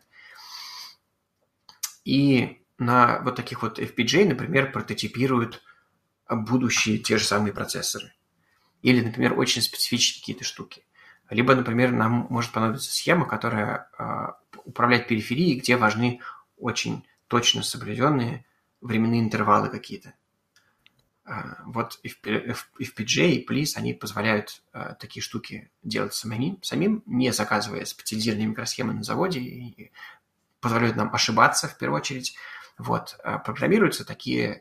И на вот таких вот FPGA, например, прототипируют будущие те же самые процессоры. Или, например, очень специфические какие-то штуки. Либо, например, нам может понадобиться схема, которая управляет периферией, где важны очень точно соблюденные временные интервалы какие-то. Вот FPGA и PLIS, они позволяют такие штуки делать самим, не заказывая специализированные микросхемы на заводе, и позволяют нам ошибаться в первую очередь. Вот. Программируются такие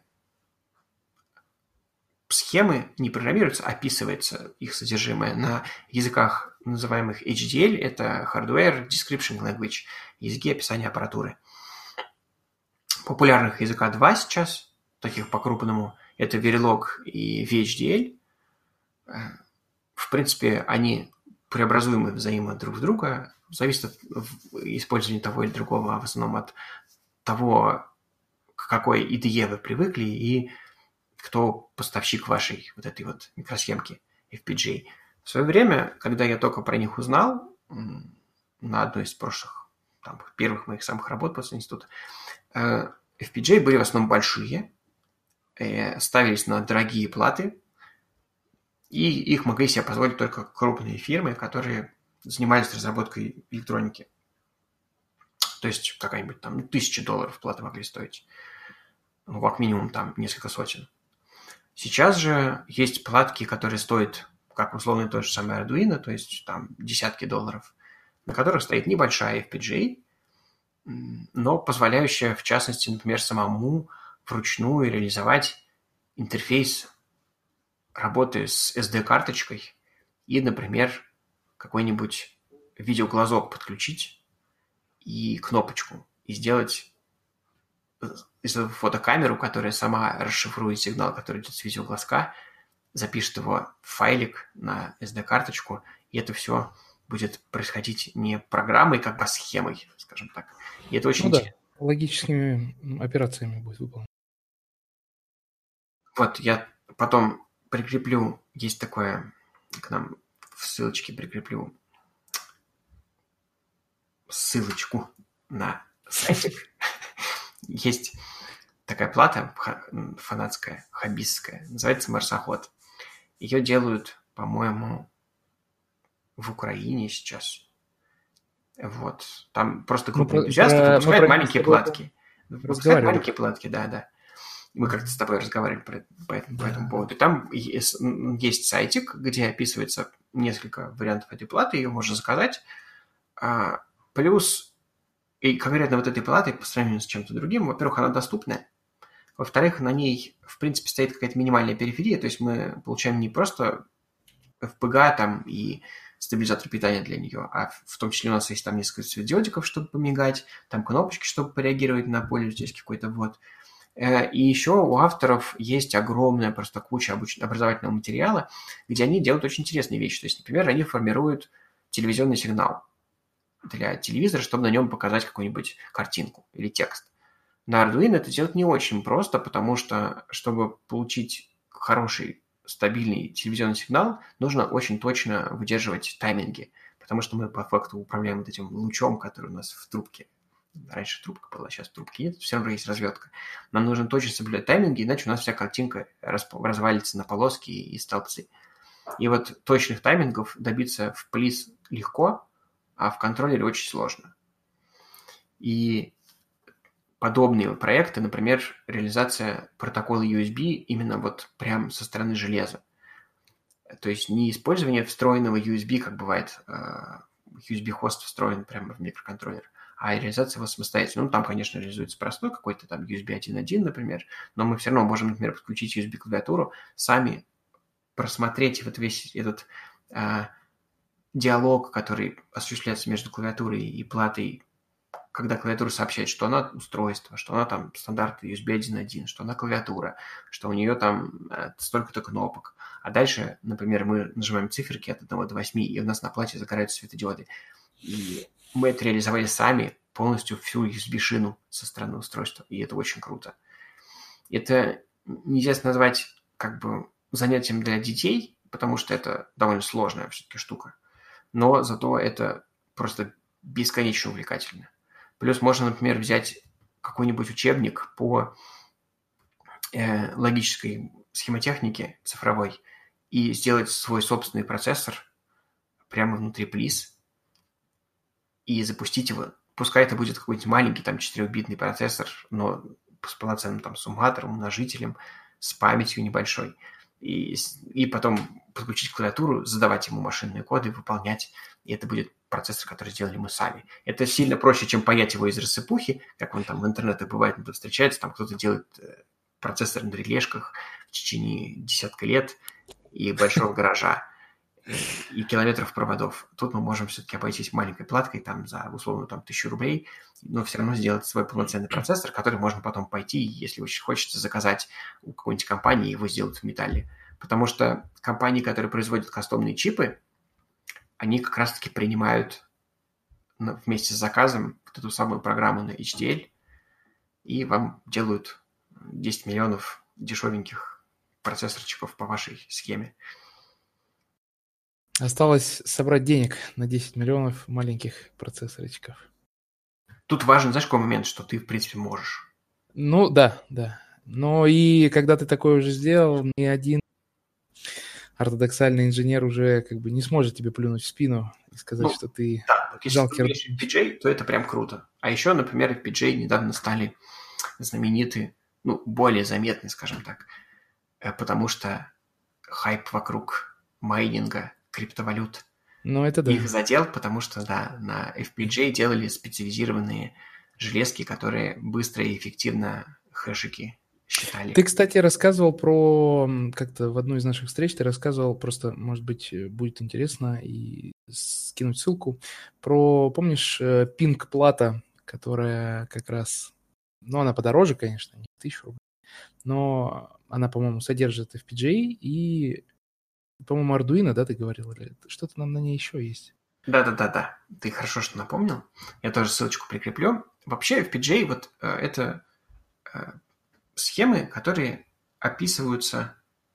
схемы, не программируются, описывается их содержимое на языках, называемых HDL, это Hardware Description Language, языки описания аппаратуры. Популярных языка два сейчас, таких по-крупному, это Verilog и VHDL. В принципе, они преобразуемы взаимно друг в друга, зависит от использования того или другого, а в основном от того, к какой IDE вы привыкли и кто поставщик вашей вот этой вот микросхемки FPGA. В свое время, когда я только про них узнал, на одной из прошлых, там, первых моих самых работ после института, FPGA были в основном большие, ставились на дорогие платы, и их могли себе позволить только крупные фирмы, которые занимались разработкой электроники. То есть какая-нибудь там $1000 платы могли стоить. Ну, как минимум там несколько сотен. Сейчас же есть платки, которые стоят, как условно, то же самое Arduino, то есть там десятки долларов, на которых стоит небольшая FPGA, но позволяющая, в частности, например, самому вручную реализовать интерфейс работы с SD-карточкой и, например, какой-нибудь видеоглазок подключить и кнопочку, и сделать фотокамеру, которая сама расшифрует сигнал, который идет с видеоглазка, запишет его в файлик на SD-карточку, и это все будет происходить не программой, как бы, а схемой, скажем так. И это очень интересно. Да, логическими операциями будет выполнено. Вот, я потом прикреплю, есть такое, к нам в ссылочке прикреплю ссылочку на сайтик. Есть такая плата фанатская, хоббистская, называется «Марсоход». Ее делают, по-моему, в Украине сейчас. Вот. Там просто группа энтузиастов выпускает маленькие платки. Выпускают маленькие платки, да. Мы как-то с тобой разговаривали по этому поводу. Там есть сайтик, где описывается несколько вариантов этой платы, ее можно заказать. Плюс, и конкретно вот этой платой, по сравнению с чем-то другим, во-первых, она доступная. Во-вторых, на ней, в принципе, стоит какая-то минимальная периферия, то есть мы получаем не просто FPGA там и стабилизатор питания для нее, а в том числе у нас есть там несколько светодиодиков, чтобы помигать, там кнопочки, чтобы пореагировать на пользовательский какой-то ввод. И еще у авторов есть огромная просто куча образовательного материала, где они делают очень интересные вещи. То есть, например, они формируют телевизионный сигнал для телевизора, чтобы на нем показать какую-нибудь картинку или текст. На Arduino это делать не очень просто, потому что, чтобы получить хороший, стабильный телевизионный сигнал, нужно очень точно выдерживать тайминги, потому что мы по факту управляем вот этим лучом, который у нас в трубке. Раньше трубка была, сейчас трубки нет, все равно есть разведка. Нам нужно точно соблюдать тайминги, иначе у нас вся картинка развалится на полоски и столбцы. И вот точных таймингов добиться в PLIS легко, а в контроллере очень сложно. И подобные проекты, например, реализация протокола USB именно вот прям со стороны железа. То есть не использование встроенного USB, как бывает, USB-хост встроен прямо в микроконтроллер, а реализация его самостоятельно. Ну, там, конечно, реализуется простой какой-то там USB 1.1, например, но мы все равно можем, например, подключить USB-клавиатуру, сами просмотреть вот весь этот диалог, который осуществляется между клавиатурой и платой, когда клавиатура сообщает, что она устройство, что она там стандарт USB 1.1, что она клавиатура, что у нее там столько-то кнопок. А дальше, например, мы нажимаем циферки от 1 до 8, и у нас на плате загораются светодиоды. И мы это реализовали сами, полностью всю USB-шину со стороны устройства, и это очень круто. Это нельзя назвать как бы занятием для детей, потому что это довольно сложная все-таки штука, но зато это просто бесконечно увлекательно. Плюс можно, например, взять какой-нибудь учебник по логической схемотехнике цифровой и сделать свой собственный процессор прямо внутри плиз и запустить его. Пускай это будет какой-нибудь маленький там 4-битный процессор, но с полноценным там сумматором, умножителем, с памятью небольшой. И потом подключить клавиатуру, задавать ему машинные коды, выполнять. И это будет процессор, который сделали мы сами. Это сильно проще, чем паять его из рассыпухи, как он там в интернете бывает, встречается, там кто-то делает процессор на релешках в течение десятка лет и большого гаража, и километров проводов. Тут мы можем все-таки обойтись маленькой платкой там за условно там 1000 рублей, но все равно сделать свой полноценный процессор, который можно потом пойти, если очень хочется, заказать у какой-нибудь компании, его сделать в металле. Потому что компании, которые производят кастомные чипы, они как раз-таки принимают вместе с заказом вот эту самую программу на HDL и вам делают 10 миллионов дешевеньких процессорчиков по вашей схеме. Осталось собрать денег на 10 миллионов маленьких процессорчиков. Тут важен, знаешь, какой момент, что ты, в принципе, можешь. Ну, да. Но и когда ты такое уже сделал, ни один ортодоксальный инженер уже как бы не сможет тебе плюнуть в спину и сказать, что ты жалкий. Если ты FPGA, то это прям круто. А еще, например, FPGA недавно стали знамениты, более заметны, скажем так, потому что хайп вокруг майнинга, криптовалют это да. Их задел, потому что, да, на FPGA делали специализированные железки, которые быстро и эффективно хэшики считали. Ты, кстати, рассказывал про, как-то в одной из наших встреч, ты рассказывал, просто, может быть, будет интересно и скинуть ссылку, про, помнишь, пинг-плата, которая как раз, она подороже, конечно, не 1000 рублей, но она, по-моему, содержит FPGA и, по-моему, Arduino, да, ты говорил, или что-то нам на ней еще есть? Да. Ты хорошо, что напомнил. Я тоже ссылочку прикреплю. Вообще FPGA вот это схемы, которые описываются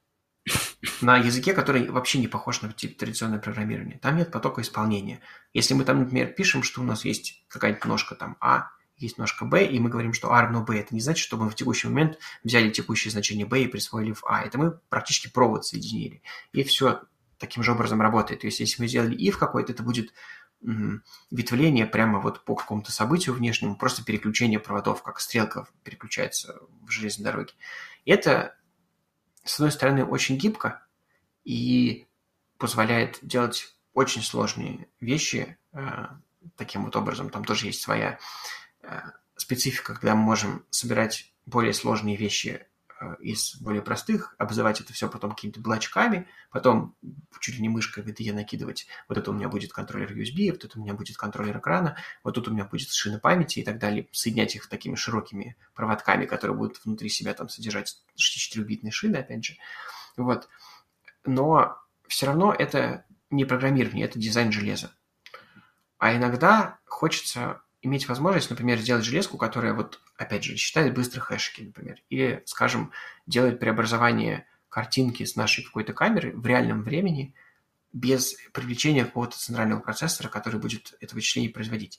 на языке, который вообще не похож на традиционное программирование. Там нет потока исполнения. Если мы там, например, пишем, что у нас есть какая-нибудь ножка там А, есть ножка Б, и мы говорим, что А равно Б, это не значит, что мы в текущий момент взяли текущее значение Б и присвоили в А. Это мы практически провод соединили. И все таким же образом работает. То есть, если мы сделали if какой-то, это будет ветвление прямо вот по какому-то событию внешнему, просто переключение проводов, как стрелка переключается в железной дороге. Это, с одной стороны, очень гибко и позволяет делать очень сложные вещи таким вот образом. Там тоже есть своя специфика, когда мы можем собирать более сложные вещи из более простых, обзывать это все потом какими-то блочками, потом чуть ли не мышкой в IDE накидывать. Вот это у меня будет контроллер USB, вот это у меня будет контроллер экрана, вот тут у меня будет шина памяти и так далее. Соединять их такими широкими проводками, которые будут внутри себя там содержать 64-битные шины, опять же. Вот. Но все равно это не программирование, это дизайн железа. А иногда хочется иметь возможность, например, сделать железку, которая вот, опять же, считает быстро хэшики, например, или, скажем, делает преобразование картинки с нашей какой-то камеры в реальном времени без привлечения какого-то центрального процессора, который будет это вычисление производить.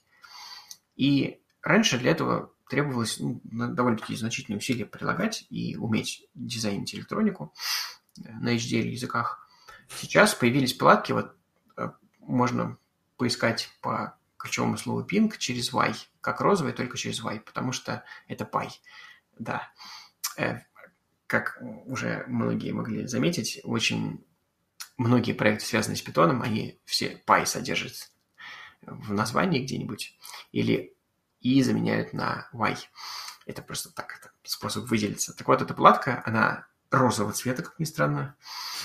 И раньше для этого требовалось довольно-таки значительные усилия прилагать и уметь дизайнить электронику на HDL языках. Сейчас появились платки, вот можно поискать по ключевому слову ping через y, как розовый, только через y, потому что это py. Да. Как уже многие могли заметить, очень многие проекты, связанные с Python, они все py содержат в названии где-нибудь, или и заменяют на y. Это просто так, это способ выделиться. Так вот, эта платка, она розового цвета, как ни странно.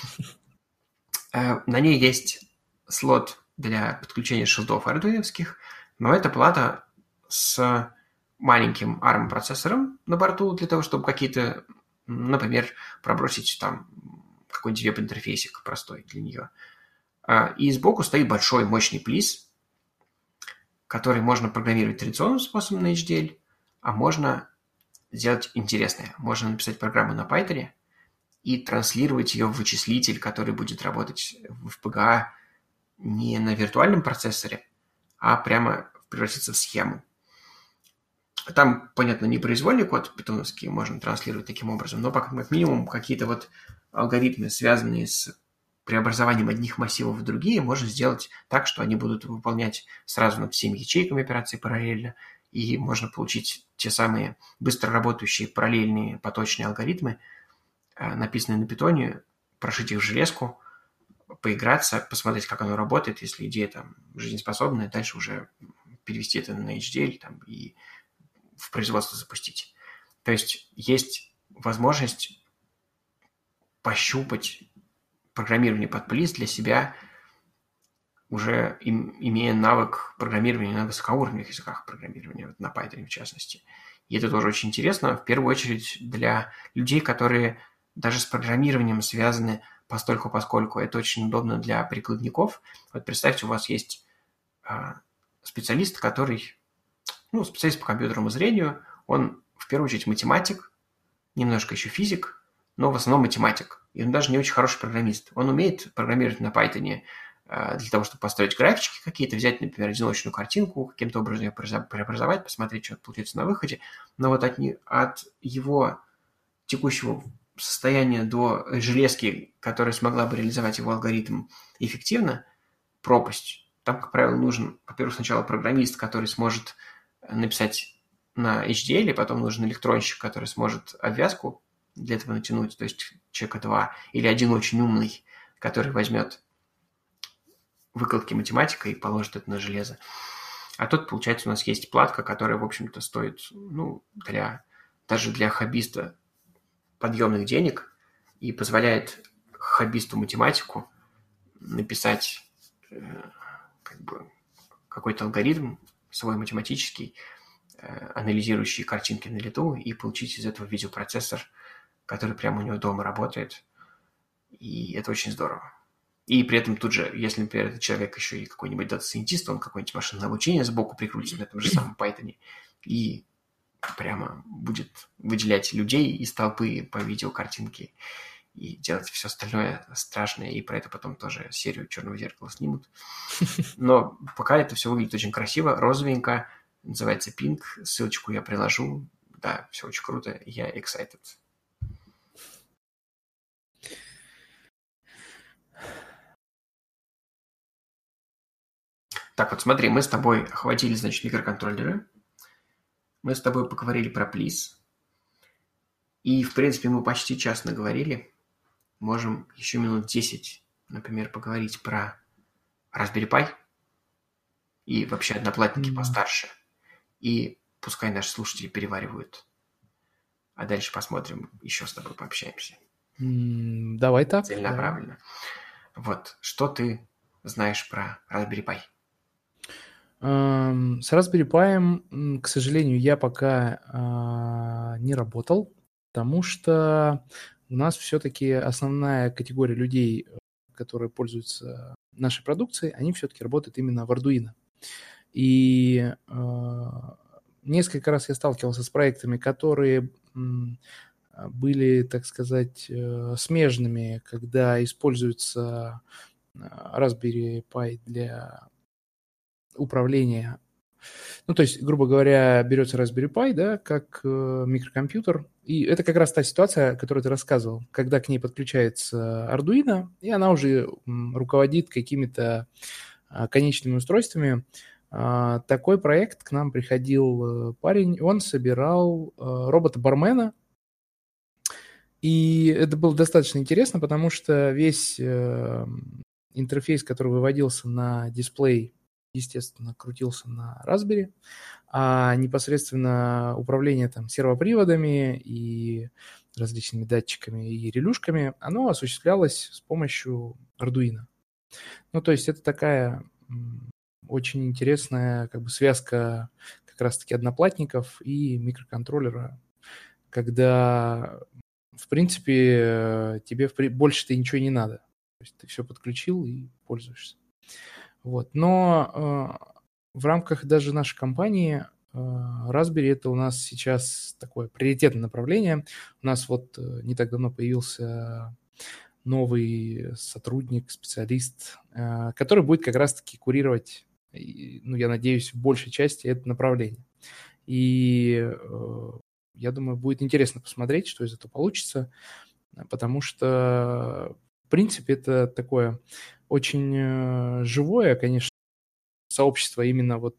На ней есть слот для подключения шилдов ардуиновских, но это плата с маленьким ARM-процессором на борту для того, чтобы какие-то, например, пробросить там какой-нибудь веб-интерфейсик простой для нее. И сбоку стоит большой мощный плиз, который можно программировать традиционным способом на HDL, а можно сделать интересное. Можно написать программу на Python и транслировать ее в вычислитель, который будет работать в FPGA не на виртуальном процессоре, а прямо превратиться в схему. Там, понятно, не произвольный код питоновский можно транслировать таким образом, но как минимум какие-то вот алгоритмы, связанные с преобразованием одних массивов в другие, можно сделать так, что они будут выполнять сразу над всеми ячейками операции параллельно, и можно получить те самые быстро работающие параллельные поточные алгоритмы, написанные на питоне, прошить их в железку, поиграться, посмотреть, как оно работает, если идея там жизнеспособная, дальше уже перевести это на HDL там, и в производство запустить. То есть есть возможность пощупать программирование под плиз для себя, уже имея навык программирования на высокоуровневых языках программирования, вот на Python в частности. И это тоже очень интересно, в первую очередь для людей, которые даже с программированием связаны постольку-поскольку. Это очень удобно для прикладников. Вот представьте, у вас есть специалист, который, специалист по компьютерному зрению, он в первую очередь математик, немножко еще физик, но в основном математик. И он даже не очень хороший программист. Он умеет программировать на Python для того, чтобы построить графички какие-то, взять, например, одиночную картинку, каким-то образом ее преобразовать, посмотреть, что получается на выходе. Но вот от его текущего состояния до железки, которая смогла бы реализовать его алгоритм эффективно, пропасть. Там, как правило, нужен, во-первых, сначала программист, который сможет написать на HDL, и потом нужен электронщик, который сможет обвязку для этого натянуть, то есть человека два, или один очень умный, который возьмет выкладки математика и положит это на железо. А тут, получается, у нас есть платка, которая, в общем-то, стоит, даже для хоббиста подъемных денег и позволяет хоббисту-математику написать какой-то алгоритм свой математический, анализирующий картинки на лету, и получить из этого видеопроцессор, который прямо у него дома работает. И это очень здорово. И при этом тут же, если, например, этот человек еще и какой-нибудь дата-сайентист, он какое-нибудь машинное обучение сбоку прикрутит на этом же самом Python, и прямо будет выделять людей из толпы по видеокартинке и делать все остальное страшное, и про это потом тоже серию «Черного зеркала» снимут. Но пока это все выглядит очень красиво, розовенько, называется Ping, ссылочку я приложу. Да, все очень круто, я excited. Так, вот смотри, мы с тобой охватили, значит, микроконтроллеры. Мы с тобой поговорили про Please. И, в принципе, мы почти час наговорили. Можем еще минут 10, например, поговорить про Raspberry Pi и вообще одноплатники постарше. И пускай наши слушатели переваривают. А дальше посмотрим, еще с тобой пообщаемся. Давай так. Целенаправленно. Вот, что ты знаешь про Raspberry Pi? С Raspberry Pi, к сожалению, я пока не работал, потому что у нас все-таки основная категория людей, которые пользуются нашей продукцией, они все-таки работают именно в Arduino. И несколько раз я сталкивался с проектами, которые были, так сказать, смежными, когда используется Raspberry Pi для управления. То есть, грубо говоря, берется Raspberry Pi, да, как микрокомпьютер, и это как раз та ситуация, о которой ты рассказывал, когда к ней подключается Arduino, и она уже руководит какими-то конечными устройствами, Такой проект к нам приходил парень, он собирал робота-бармена, и это было достаточно интересно, потому что весь интерфейс, который выводился на дисплей, естественно, крутился на Raspberry, а непосредственно управление там сервоприводами и различными датчиками и релюшками, оно осуществлялось с помощью Arduino. Ну, то есть это такая очень интересная как бы связка как раз-таки одноплатников и микроконтроллера, когда, в принципе, тебе больше-то ничего не надо. То есть ты все подключил и пользуешься. Вот. Но в рамках даже нашей компании Raspberry это у нас сейчас такое приоритетное направление. У нас вот не так давно появился новый сотрудник, специалист, который будет как раз-таки курировать, ну, я надеюсь, в большей части это направление. И я думаю, будет интересно посмотреть, что из этого получится, потому что, в принципе, это такое очень живое, конечно, сообщество именно вот,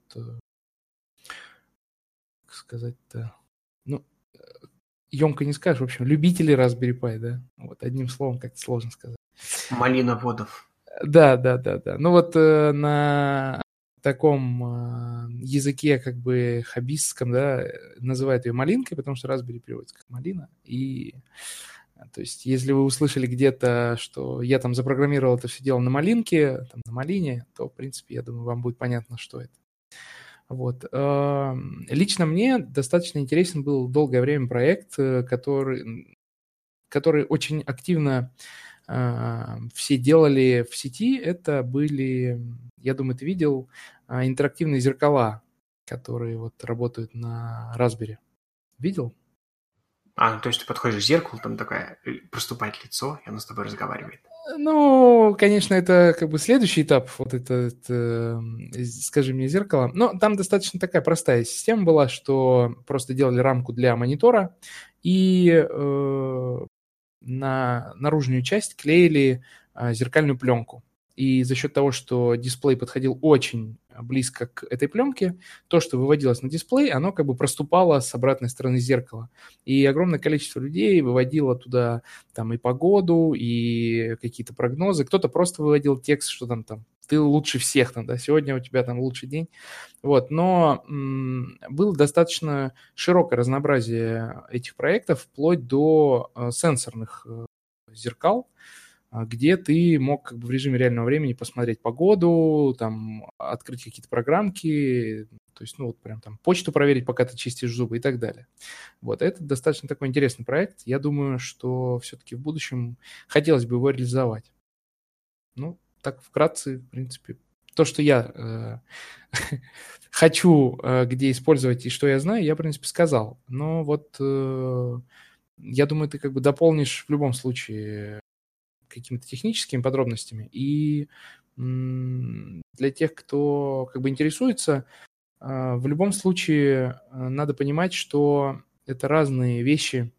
как сказать-то, ну, емко не скажешь, в общем, любители Raspberry Pi, да, вот одним словом как-то сложно сказать. Малиноводов. Да. Ну вот на таком языке как бы хоббистском, да, называют ее малинкой, потому что Raspberry переводится как малина. И то есть если вы услышали где-то, что я там запрограммировал это все дело на малинке, там, на малине, то, в принципе, я думаю, вам будет понятно, что это. Вот. Лично мне достаточно интересен был долгое время проект, который очень активно все делали в сети. Это были, я думаю, ты видел, интерактивные зеркала, которые вот работают на Raspberry. Видел? Ну, то есть ты подходишь к зеркалу, там такая проступает лицо, и оно с тобой разговаривает. Ну, конечно, это как бы следующий этап, вот это «Скажи мне зеркало». Но там достаточно такая простая система была, что просто делали рамку для монитора и на наружную часть клеили зеркальную пленку. И за счет того, что дисплей подходил очень близко к этой пленке, то, что выводилось на дисплей, оно как бы проступало с обратной стороны зеркала. И огромное количество людей выводило туда там и погоду, и какие-то прогнозы. Кто-то просто выводил текст, что там ты лучше всех, там, да, сегодня у тебя там лучший день. Вот, но было достаточно широкое разнообразие этих проектов, вплоть до сенсорных зеркал, где ты мог как бы в режиме реального времени посмотреть погоду, там, открыть какие-то программки, то есть, ну, вот прям там почту проверить, пока ты чистишь зубы и так далее. Вот, это достаточно такой интересный проект. Я думаю, что все-таки в будущем хотелось бы его реализовать. Ну, так вкратце, в принципе, то, что я хочу где использовать и что я знаю, я, в принципе, сказал. Но вот я думаю, ты как бы дополнишь в любом случае какими-то техническими подробностями. И для тех, кто как бы интересуется, в любом случае надо понимать, что это разные вещи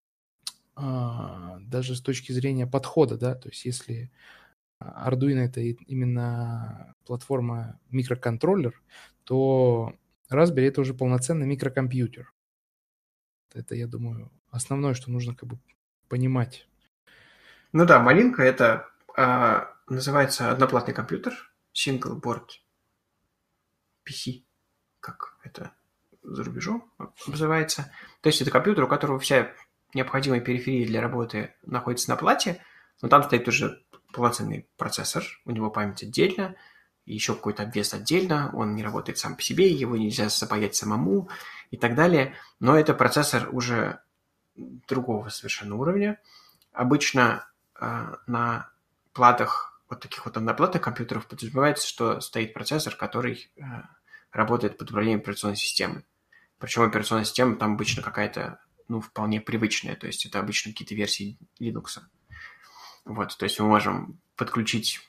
даже с точки зрения подхода, да, то есть если Arduino это именно платформа микроконтроллер, то Raspberry это уже полноценный микрокомпьютер. Это, я думаю, основное, что нужно как бы понимать. Ну да, малинка это называется одноплатный компьютер, single board PC, как это за рубежом называется. То есть это компьютер, у которого вся необходимая периферия для работы находится на плате, но там стоит уже полноценный процессор, у него память отдельно, и еще какой-то обвес отдельно, он не работает сам по себе, его нельзя запаять самому и так далее. Но это процессор уже другого совершенно уровня. Обычно на платах, вот таких вот одноплатных компьютеров подразумевается, что стоит процессор, который работает под управлением операционной системы. Причем операционная система там обычно какая-то, ну, вполне привычная, то есть это обычно какие-то версии Linux. Вот, то есть мы можем подключить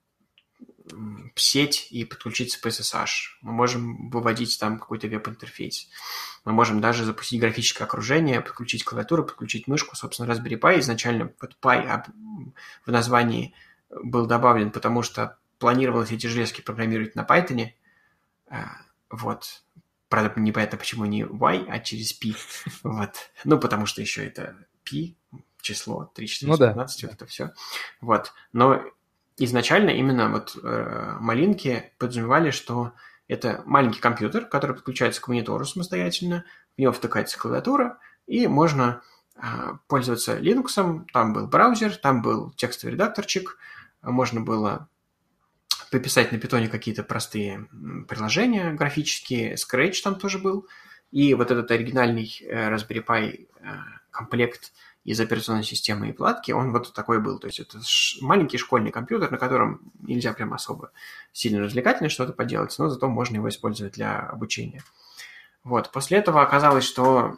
сеть и подключиться по SSH. Мы можем выводить там какой-то веб-интерфейс. Мы можем даже запустить графическое окружение, подключить клавиатуру, подключить мышку. Собственно, Raspberry Pi изначально, вот Pi в названии был добавлен, потому что планировалось эти железки программировать на Python, Вот. Правда, непонятно, почему не Y, а через P. Вот. Ну, потому что еще это P, число 3, 14, Ну 15, вот это все. Вот. Но изначально именно вот малинки подразумевали, что это маленький компьютер, который подключается к монитору самостоятельно, в него втыкается клавиатура, и можно пользоваться Linux, там был браузер, там был текстовый редакторчик, можно было пописать на питоне какие-то простые приложения графические, Scratch там тоже был, и вот этот оригинальный Raspberry Pi комплект из операционной системы и платки, он вот такой был. То есть это маленький школьный компьютер, на котором нельзя прям особо сильно развлекательно что-то поделать, но зато можно его использовать для обучения. Вот. После этого оказалось, что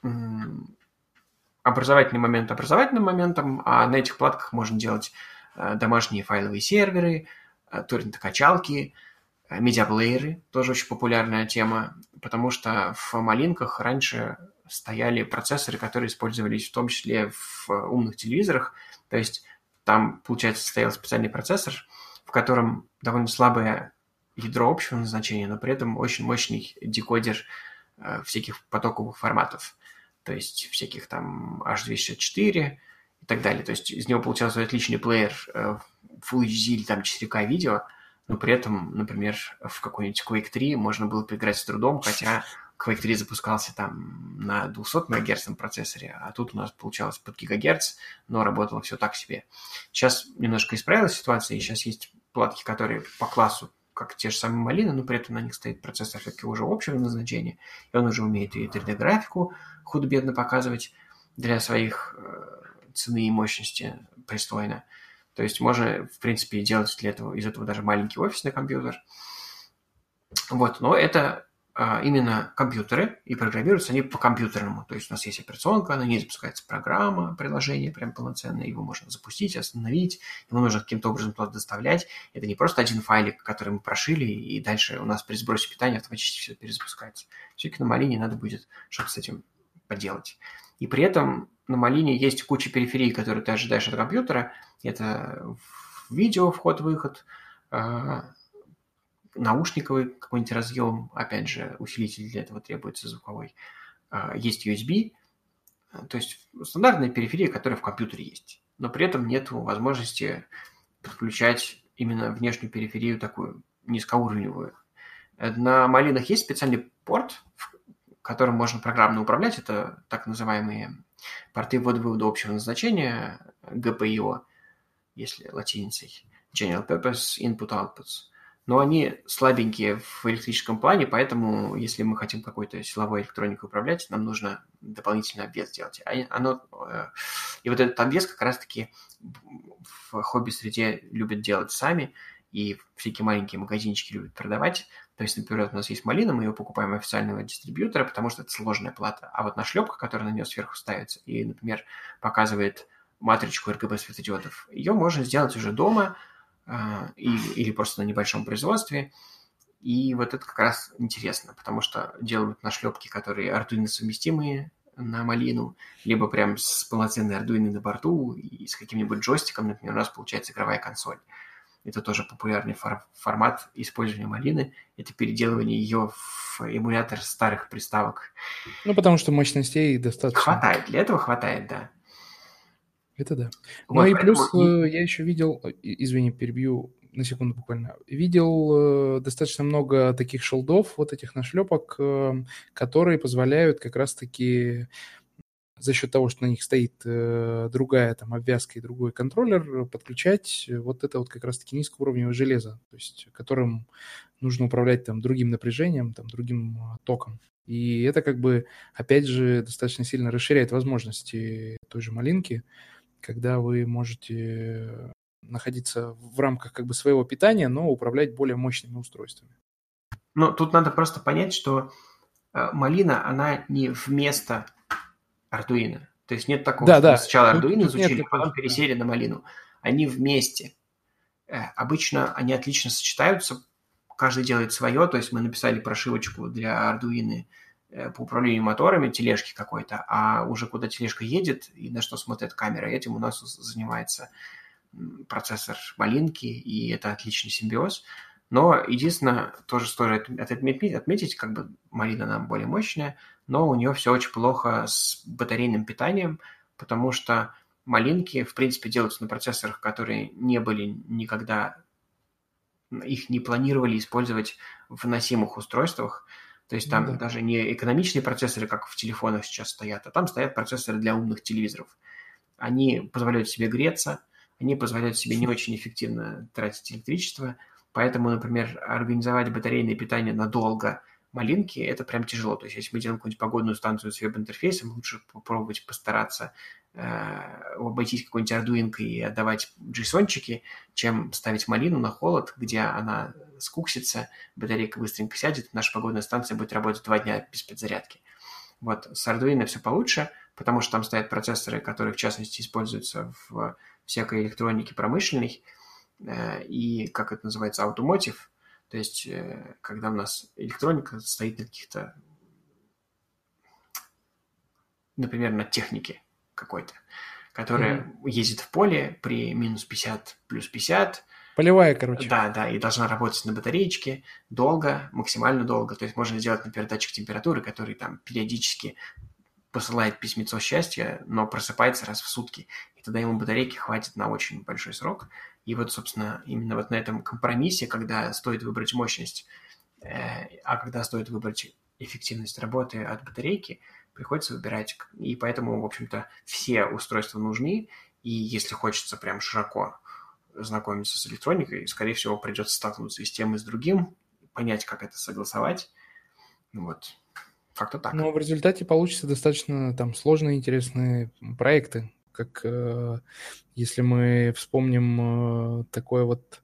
образовательный момент образовательным моментом, а на этих платках можно делать домашние файловые серверы, торрент-качалки, медиаплееры, тоже очень популярная тема, потому что в малинках раньше стояли процессоры, которые использовались в том числе в умных телевизорах, то есть там, получается, стоял специальный процессор, в котором довольно слабое ядро общего назначения, но при этом очень мощный декодер всяких потоковых форматов, то есть всяких там H264 и так далее. То есть из него получался отличный плеер Full HD или там 4К видео, но при этом, например, в какой-нибудь Quake 3 можно было поиграть с трудом, хотя Quake 3 запускался там на 200 МГц процессоре, а тут у нас получалось под гигагерц, но работало все так себе. Сейчас немножко исправилась ситуация, и сейчас есть платки, которые по классу как те же самые малины, но при этом на них стоит процессор все-таки уже общего назначения, и он уже умеет и 3D-графику худо-бедно показывать для своих цены и мощности пристойно. То есть можно, в принципе, делать для этого, из этого даже маленький офисный компьютер. Вот, но это именно компьютеры, и программируются они по-компьютерному. То есть у нас есть операционка, на ней запускается программа, приложение прям полноценное, его можно запустить, остановить, его нужно каким-то образом туда доставлять. Это не просто один файлик, который мы прошили, и дальше у нас при сбросе питания автоматически все перезапускается. Все-таки на Малине надо будет что-то с этим поделать. И при этом на Малине есть куча периферий, которые ты ожидаешь от компьютера. Это видео, вход-выход, наушниковый какой-нибудь разъем, опять же, усилитель для этого требуется звуковой. Есть USB, то есть стандартная периферия, которая в компьютере есть. Но при этом нет возможности подключать именно внешнюю периферию такую низкоуровневую. На Малинах есть специальный порт, которым можно программно управлять. Это так называемые порты ввода-вывода общего назначения, GPIO, если латиницей, General Purpose Input-Outputs. Но они слабенькие в электрическом плане, поэтому если мы хотим какой-то силовой электроникой управлять, нам нужно дополнительный обвес делать. И вот этот обвес как раз-таки в хобби-среде любят делать сами, и всякие маленькие магазинчики любят продавать. То есть, например, у нас есть малина, мы ее покупаем у официального дистрибьютора, потому что это сложная плата. А вот нашлепка, которая на нее сверху ставится и, например, показывает матричку RGB-светодиодов, ее можно сделать уже дома или просто на небольшом производстве. И вот это как раз интересно, потому что делают нашлепки, которые Arduino совместимые на малину, либо прям с полноценной Arduino на борту и с каким-нибудь джойстиком, например, у нас получается игровая консоль. Это тоже популярный формат использования малины. Это переделывание ее в эмулятор старых приставок. Ну, потому что мощностей достаточно. Хватает, для этого хватает, да. Это да. Вот, ну и плюс я еще видел, извини, перебью на секунду буквально, видел достаточно много таких шелдов, вот этих нашлепок, которые позволяют как раз-таки за счет того, что на них стоит другая там обвязка и другой контроллер, подключать вот это вот как раз-таки низкоуровневое железо, то есть которым нужно управлять там другим напряжением, там другим током. И это как бы, опять же, достаточно сильно расширяет возможности той же малинки, когда вы можете находиться в рамках как бы своего питания, но управлять более мощными устройствами. Ну, тут надо просто понять, что малина, она не вместо Arduino. То есть нет такого, что мы сначала Arduino изучили, а потом пересели на малину. Они вместе. Обычно они отлично сочетаются, каждый делает свое, то есть мы написали прошивочку для Arduino по управлению моторами, тележки какой-то, а уже куда тележка едет и на что смотрит камера, этим у нас занимается процессор малинки, и это отличный симбиоз. Но единственное, тоже стоит отметить, как бы малина нам более мощная, но у нее все очень плохо с батарейным питанием, потому что малинки, в принципе, делаются на процессорах, которые не были никогда, их не планировали использовать в носимых устройствах. То есть Ну там да. даже не экономичные процессоры, как в телефонах сейчас стоят, а там стоят процессоры для умных телевизоров. Они позволяют себе греться, они позволяют себе не очень эффективно тратить электричество, поэтому, например, организовать батарейное питание надолго малинки – это прям тяжело. То есть, если мы делаем какую-нибудь погодную станцию с веб-интерфейсом, лучше попробовать постараться обойтись какой-нибудь ардуинкой и отдавать JSON-чики, чем ставить малину на холод, где она скуксится, батарейка быстренько сядет, наша погодная станция будет работать 2 дня без подзарядки. Вот с Arduino все получше, потому что там стоят процессоры, которые, в частности, используются в всякой электронике промышленной, и, как это называется, automotive, то есть, когда у нас электроника стоит на каких-то, например, на технике какой-то, Мгм. которая ездит в поле при минус 50, плюс 50, Полевая, короче. да, да, и должна работать на батареечке долго, максимально долго. То есть можно сделать, например, датчик температуры, который там периодически посылает письмецо счастья, но просыпается раз в сутки. И тогда ему батарейки хватит на очень большой срок. И вот, собственно, именно вот на этом компромиссе, когда стоит выбрать мощность, а когда стоит выбрать эффективность работы от батарейки, приходится выбирать. И поэтому, в общем-то, все устройства нужны. И если хочется прям широко знакомиться с электроникой, скорее всего, придется столкнуться и с тем, и с другим, понять, как это согласовать. Вот. Как-то так. Но в результате получится достаточно там сложные, интересные проекты. Как если мы вспомним такое вот,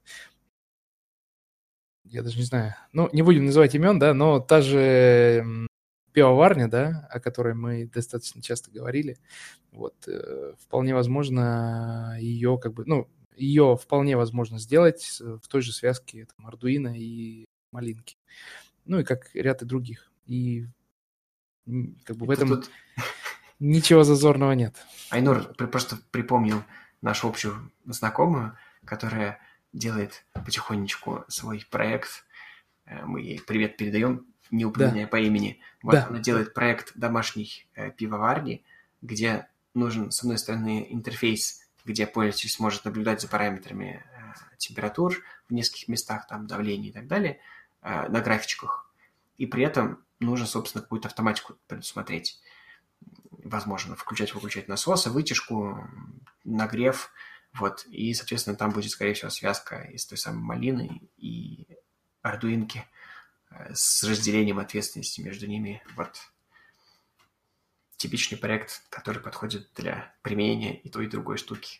я даже не знаю, ну, не будем называть имен, да, но та же пивоварня, да, о которой мы достаточно часто говорили, вот, вполне возможно, ее как бы, ну, ее вполне возможно сделать в той же связке там, Arduino и Малинки. Ну, и как ряд и других. И как бы в Это этом тут ничего зазорного нет. Айнур просто припомнил нашу общую знакомую, которая делает потихонечку свой проект. Мы ей привет передаем, не Да, упоминая по имени. Вот да, она да. делает проект домашней пивоварни, где нужен, с одной стороны, интерфейс, где пользователь сможет наблюдать за параметрами температур в нескольких местах, там давление и так далее, на графичках. И при этом нужно, собственно, какую-то автоматику предусмотреть. Возможно, включать-выключать насосы, вытяжку, нагрев, вот, и, соответственно, там будет, скорее всего, связка из той самой малины и ардуинки с разделением ответственности между ними. Вот типичный проект, который подходит для применения и той, и другой штуки.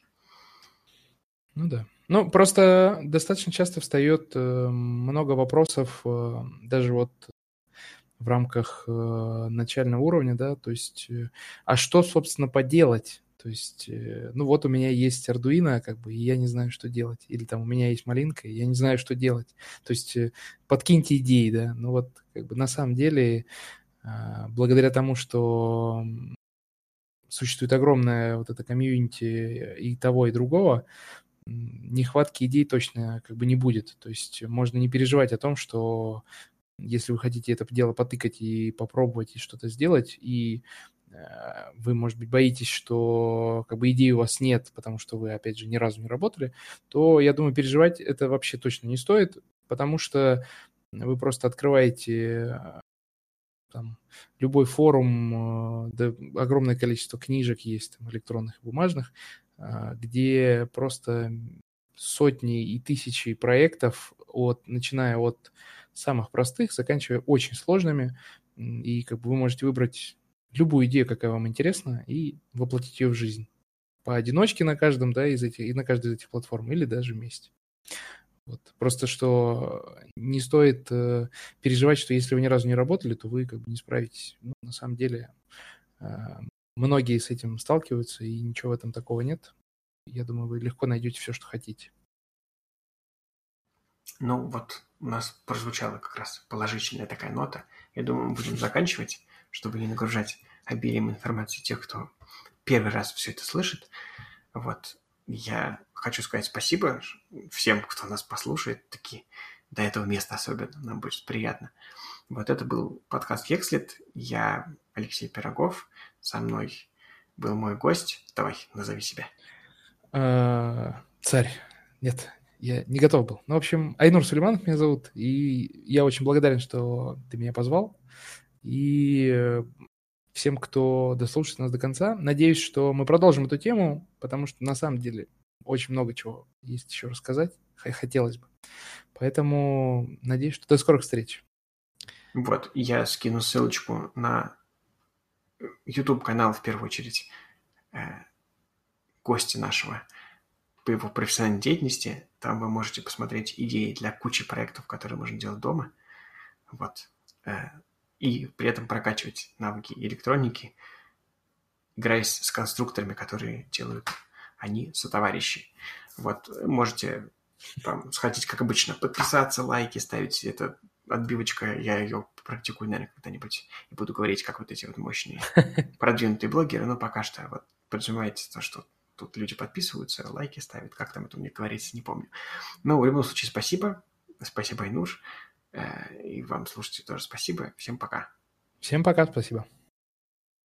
Ну да. Ну, просто достаточно часто встает много вопросов, даже вот в рамках начального уровня, да, то есть, а что, собственно, поделать? То есть, ну вот у меня есть Arduino, как бы, и я не знаю, что делать. Или там у меня есть малинка, и я не знаю, что делать. То есть, подкиньте идеи, да. Ну вот, как бы, на самом деле, благодаря тому, что существует огромное вот это комьюнити и того, и другого, нехватки идей точно как бы не будет. То есть можно не переживать о том, что если вы хотите это дело потыкать и попробовать и что-то сделать, и вы, может быть, боитесь, что как бы идеи у вас нет, потому что вы, опять же, ни разу не работали, то, я думаю, переживать это вообще точно не стоит, потому что вы просто открываете там любой форум, да, огромное количество книжек есть, там, электронных и бумажных, где просто сотни и тысячи проектов, начиная от самых простых, заканчивая очень сложными. И как бы вы можете выбрать любую идею, какая вам интересна, и воплотить ее в жизнь. Поодиночке на каждом, да, из этих, и на каждой из этих платформ, или даже вместе. Вот. Просто что не стоит переживать, что если вы ни разу не работали, то вы как бы не справитесь. Ну, на самом деле э, многие с этим сталкиваются, и ничего в этом такого нет. Я думаю, вы легко найдете все, что хотите. Ну, вот у нас прозвучала как раз положительная такая нота. Я думаю, мы будем заканчивать, чтобы не нагружать обилием информации тех, кто первый раз все это слышит. Вот. Я хочу сказать спасибо всем, кто нас послушает. Такие до этого места особенно. Нам будет приятно. Вот это был подкаст «Хекслет». Я Алексей Пирогов. Со мной был мой гость. Давай, назови себя. Царь. Нет, я не готов был. Ну, в общем, Айнур Сулейманов меня зовут, и я очень благодарен, что ты меня позвал. И всем, кто дослушает нас до конца, надеюсь, что мы продолжим эту тему, потому что на самом деле очень много чего есть еще рассказать, хотелось бы. Поэтому надеюсь, что до скорых встреч. Вот, я скину ссылочку на YouTube-канал, в первую очередь, гостя нашего по его профессиональной деятельности. Там вы можете посмотреть идеи для кучи проектов, которые можно делать дома. Вот. И при этом прокачивать навыки электроники, играя с конструкторами, которые делают они сотоварищи. Вот. Можете там сходить, как обычно, подписаться, лайки ставить. Это отбивочка, я ее практикую, наверное, когда-нибудь. И буду говорить, как вот эти вот мощные продвинутые блогеры. Но пока что вот подразумевается то, что тут люди подписываются, лайки ставят. Как там это у меня говорится, не помню. Но в любом случае спасибо. Спасибо, Айнуш. И вам, слушайте, тоже спасибо. Всем пока. Всем пока, спасибо.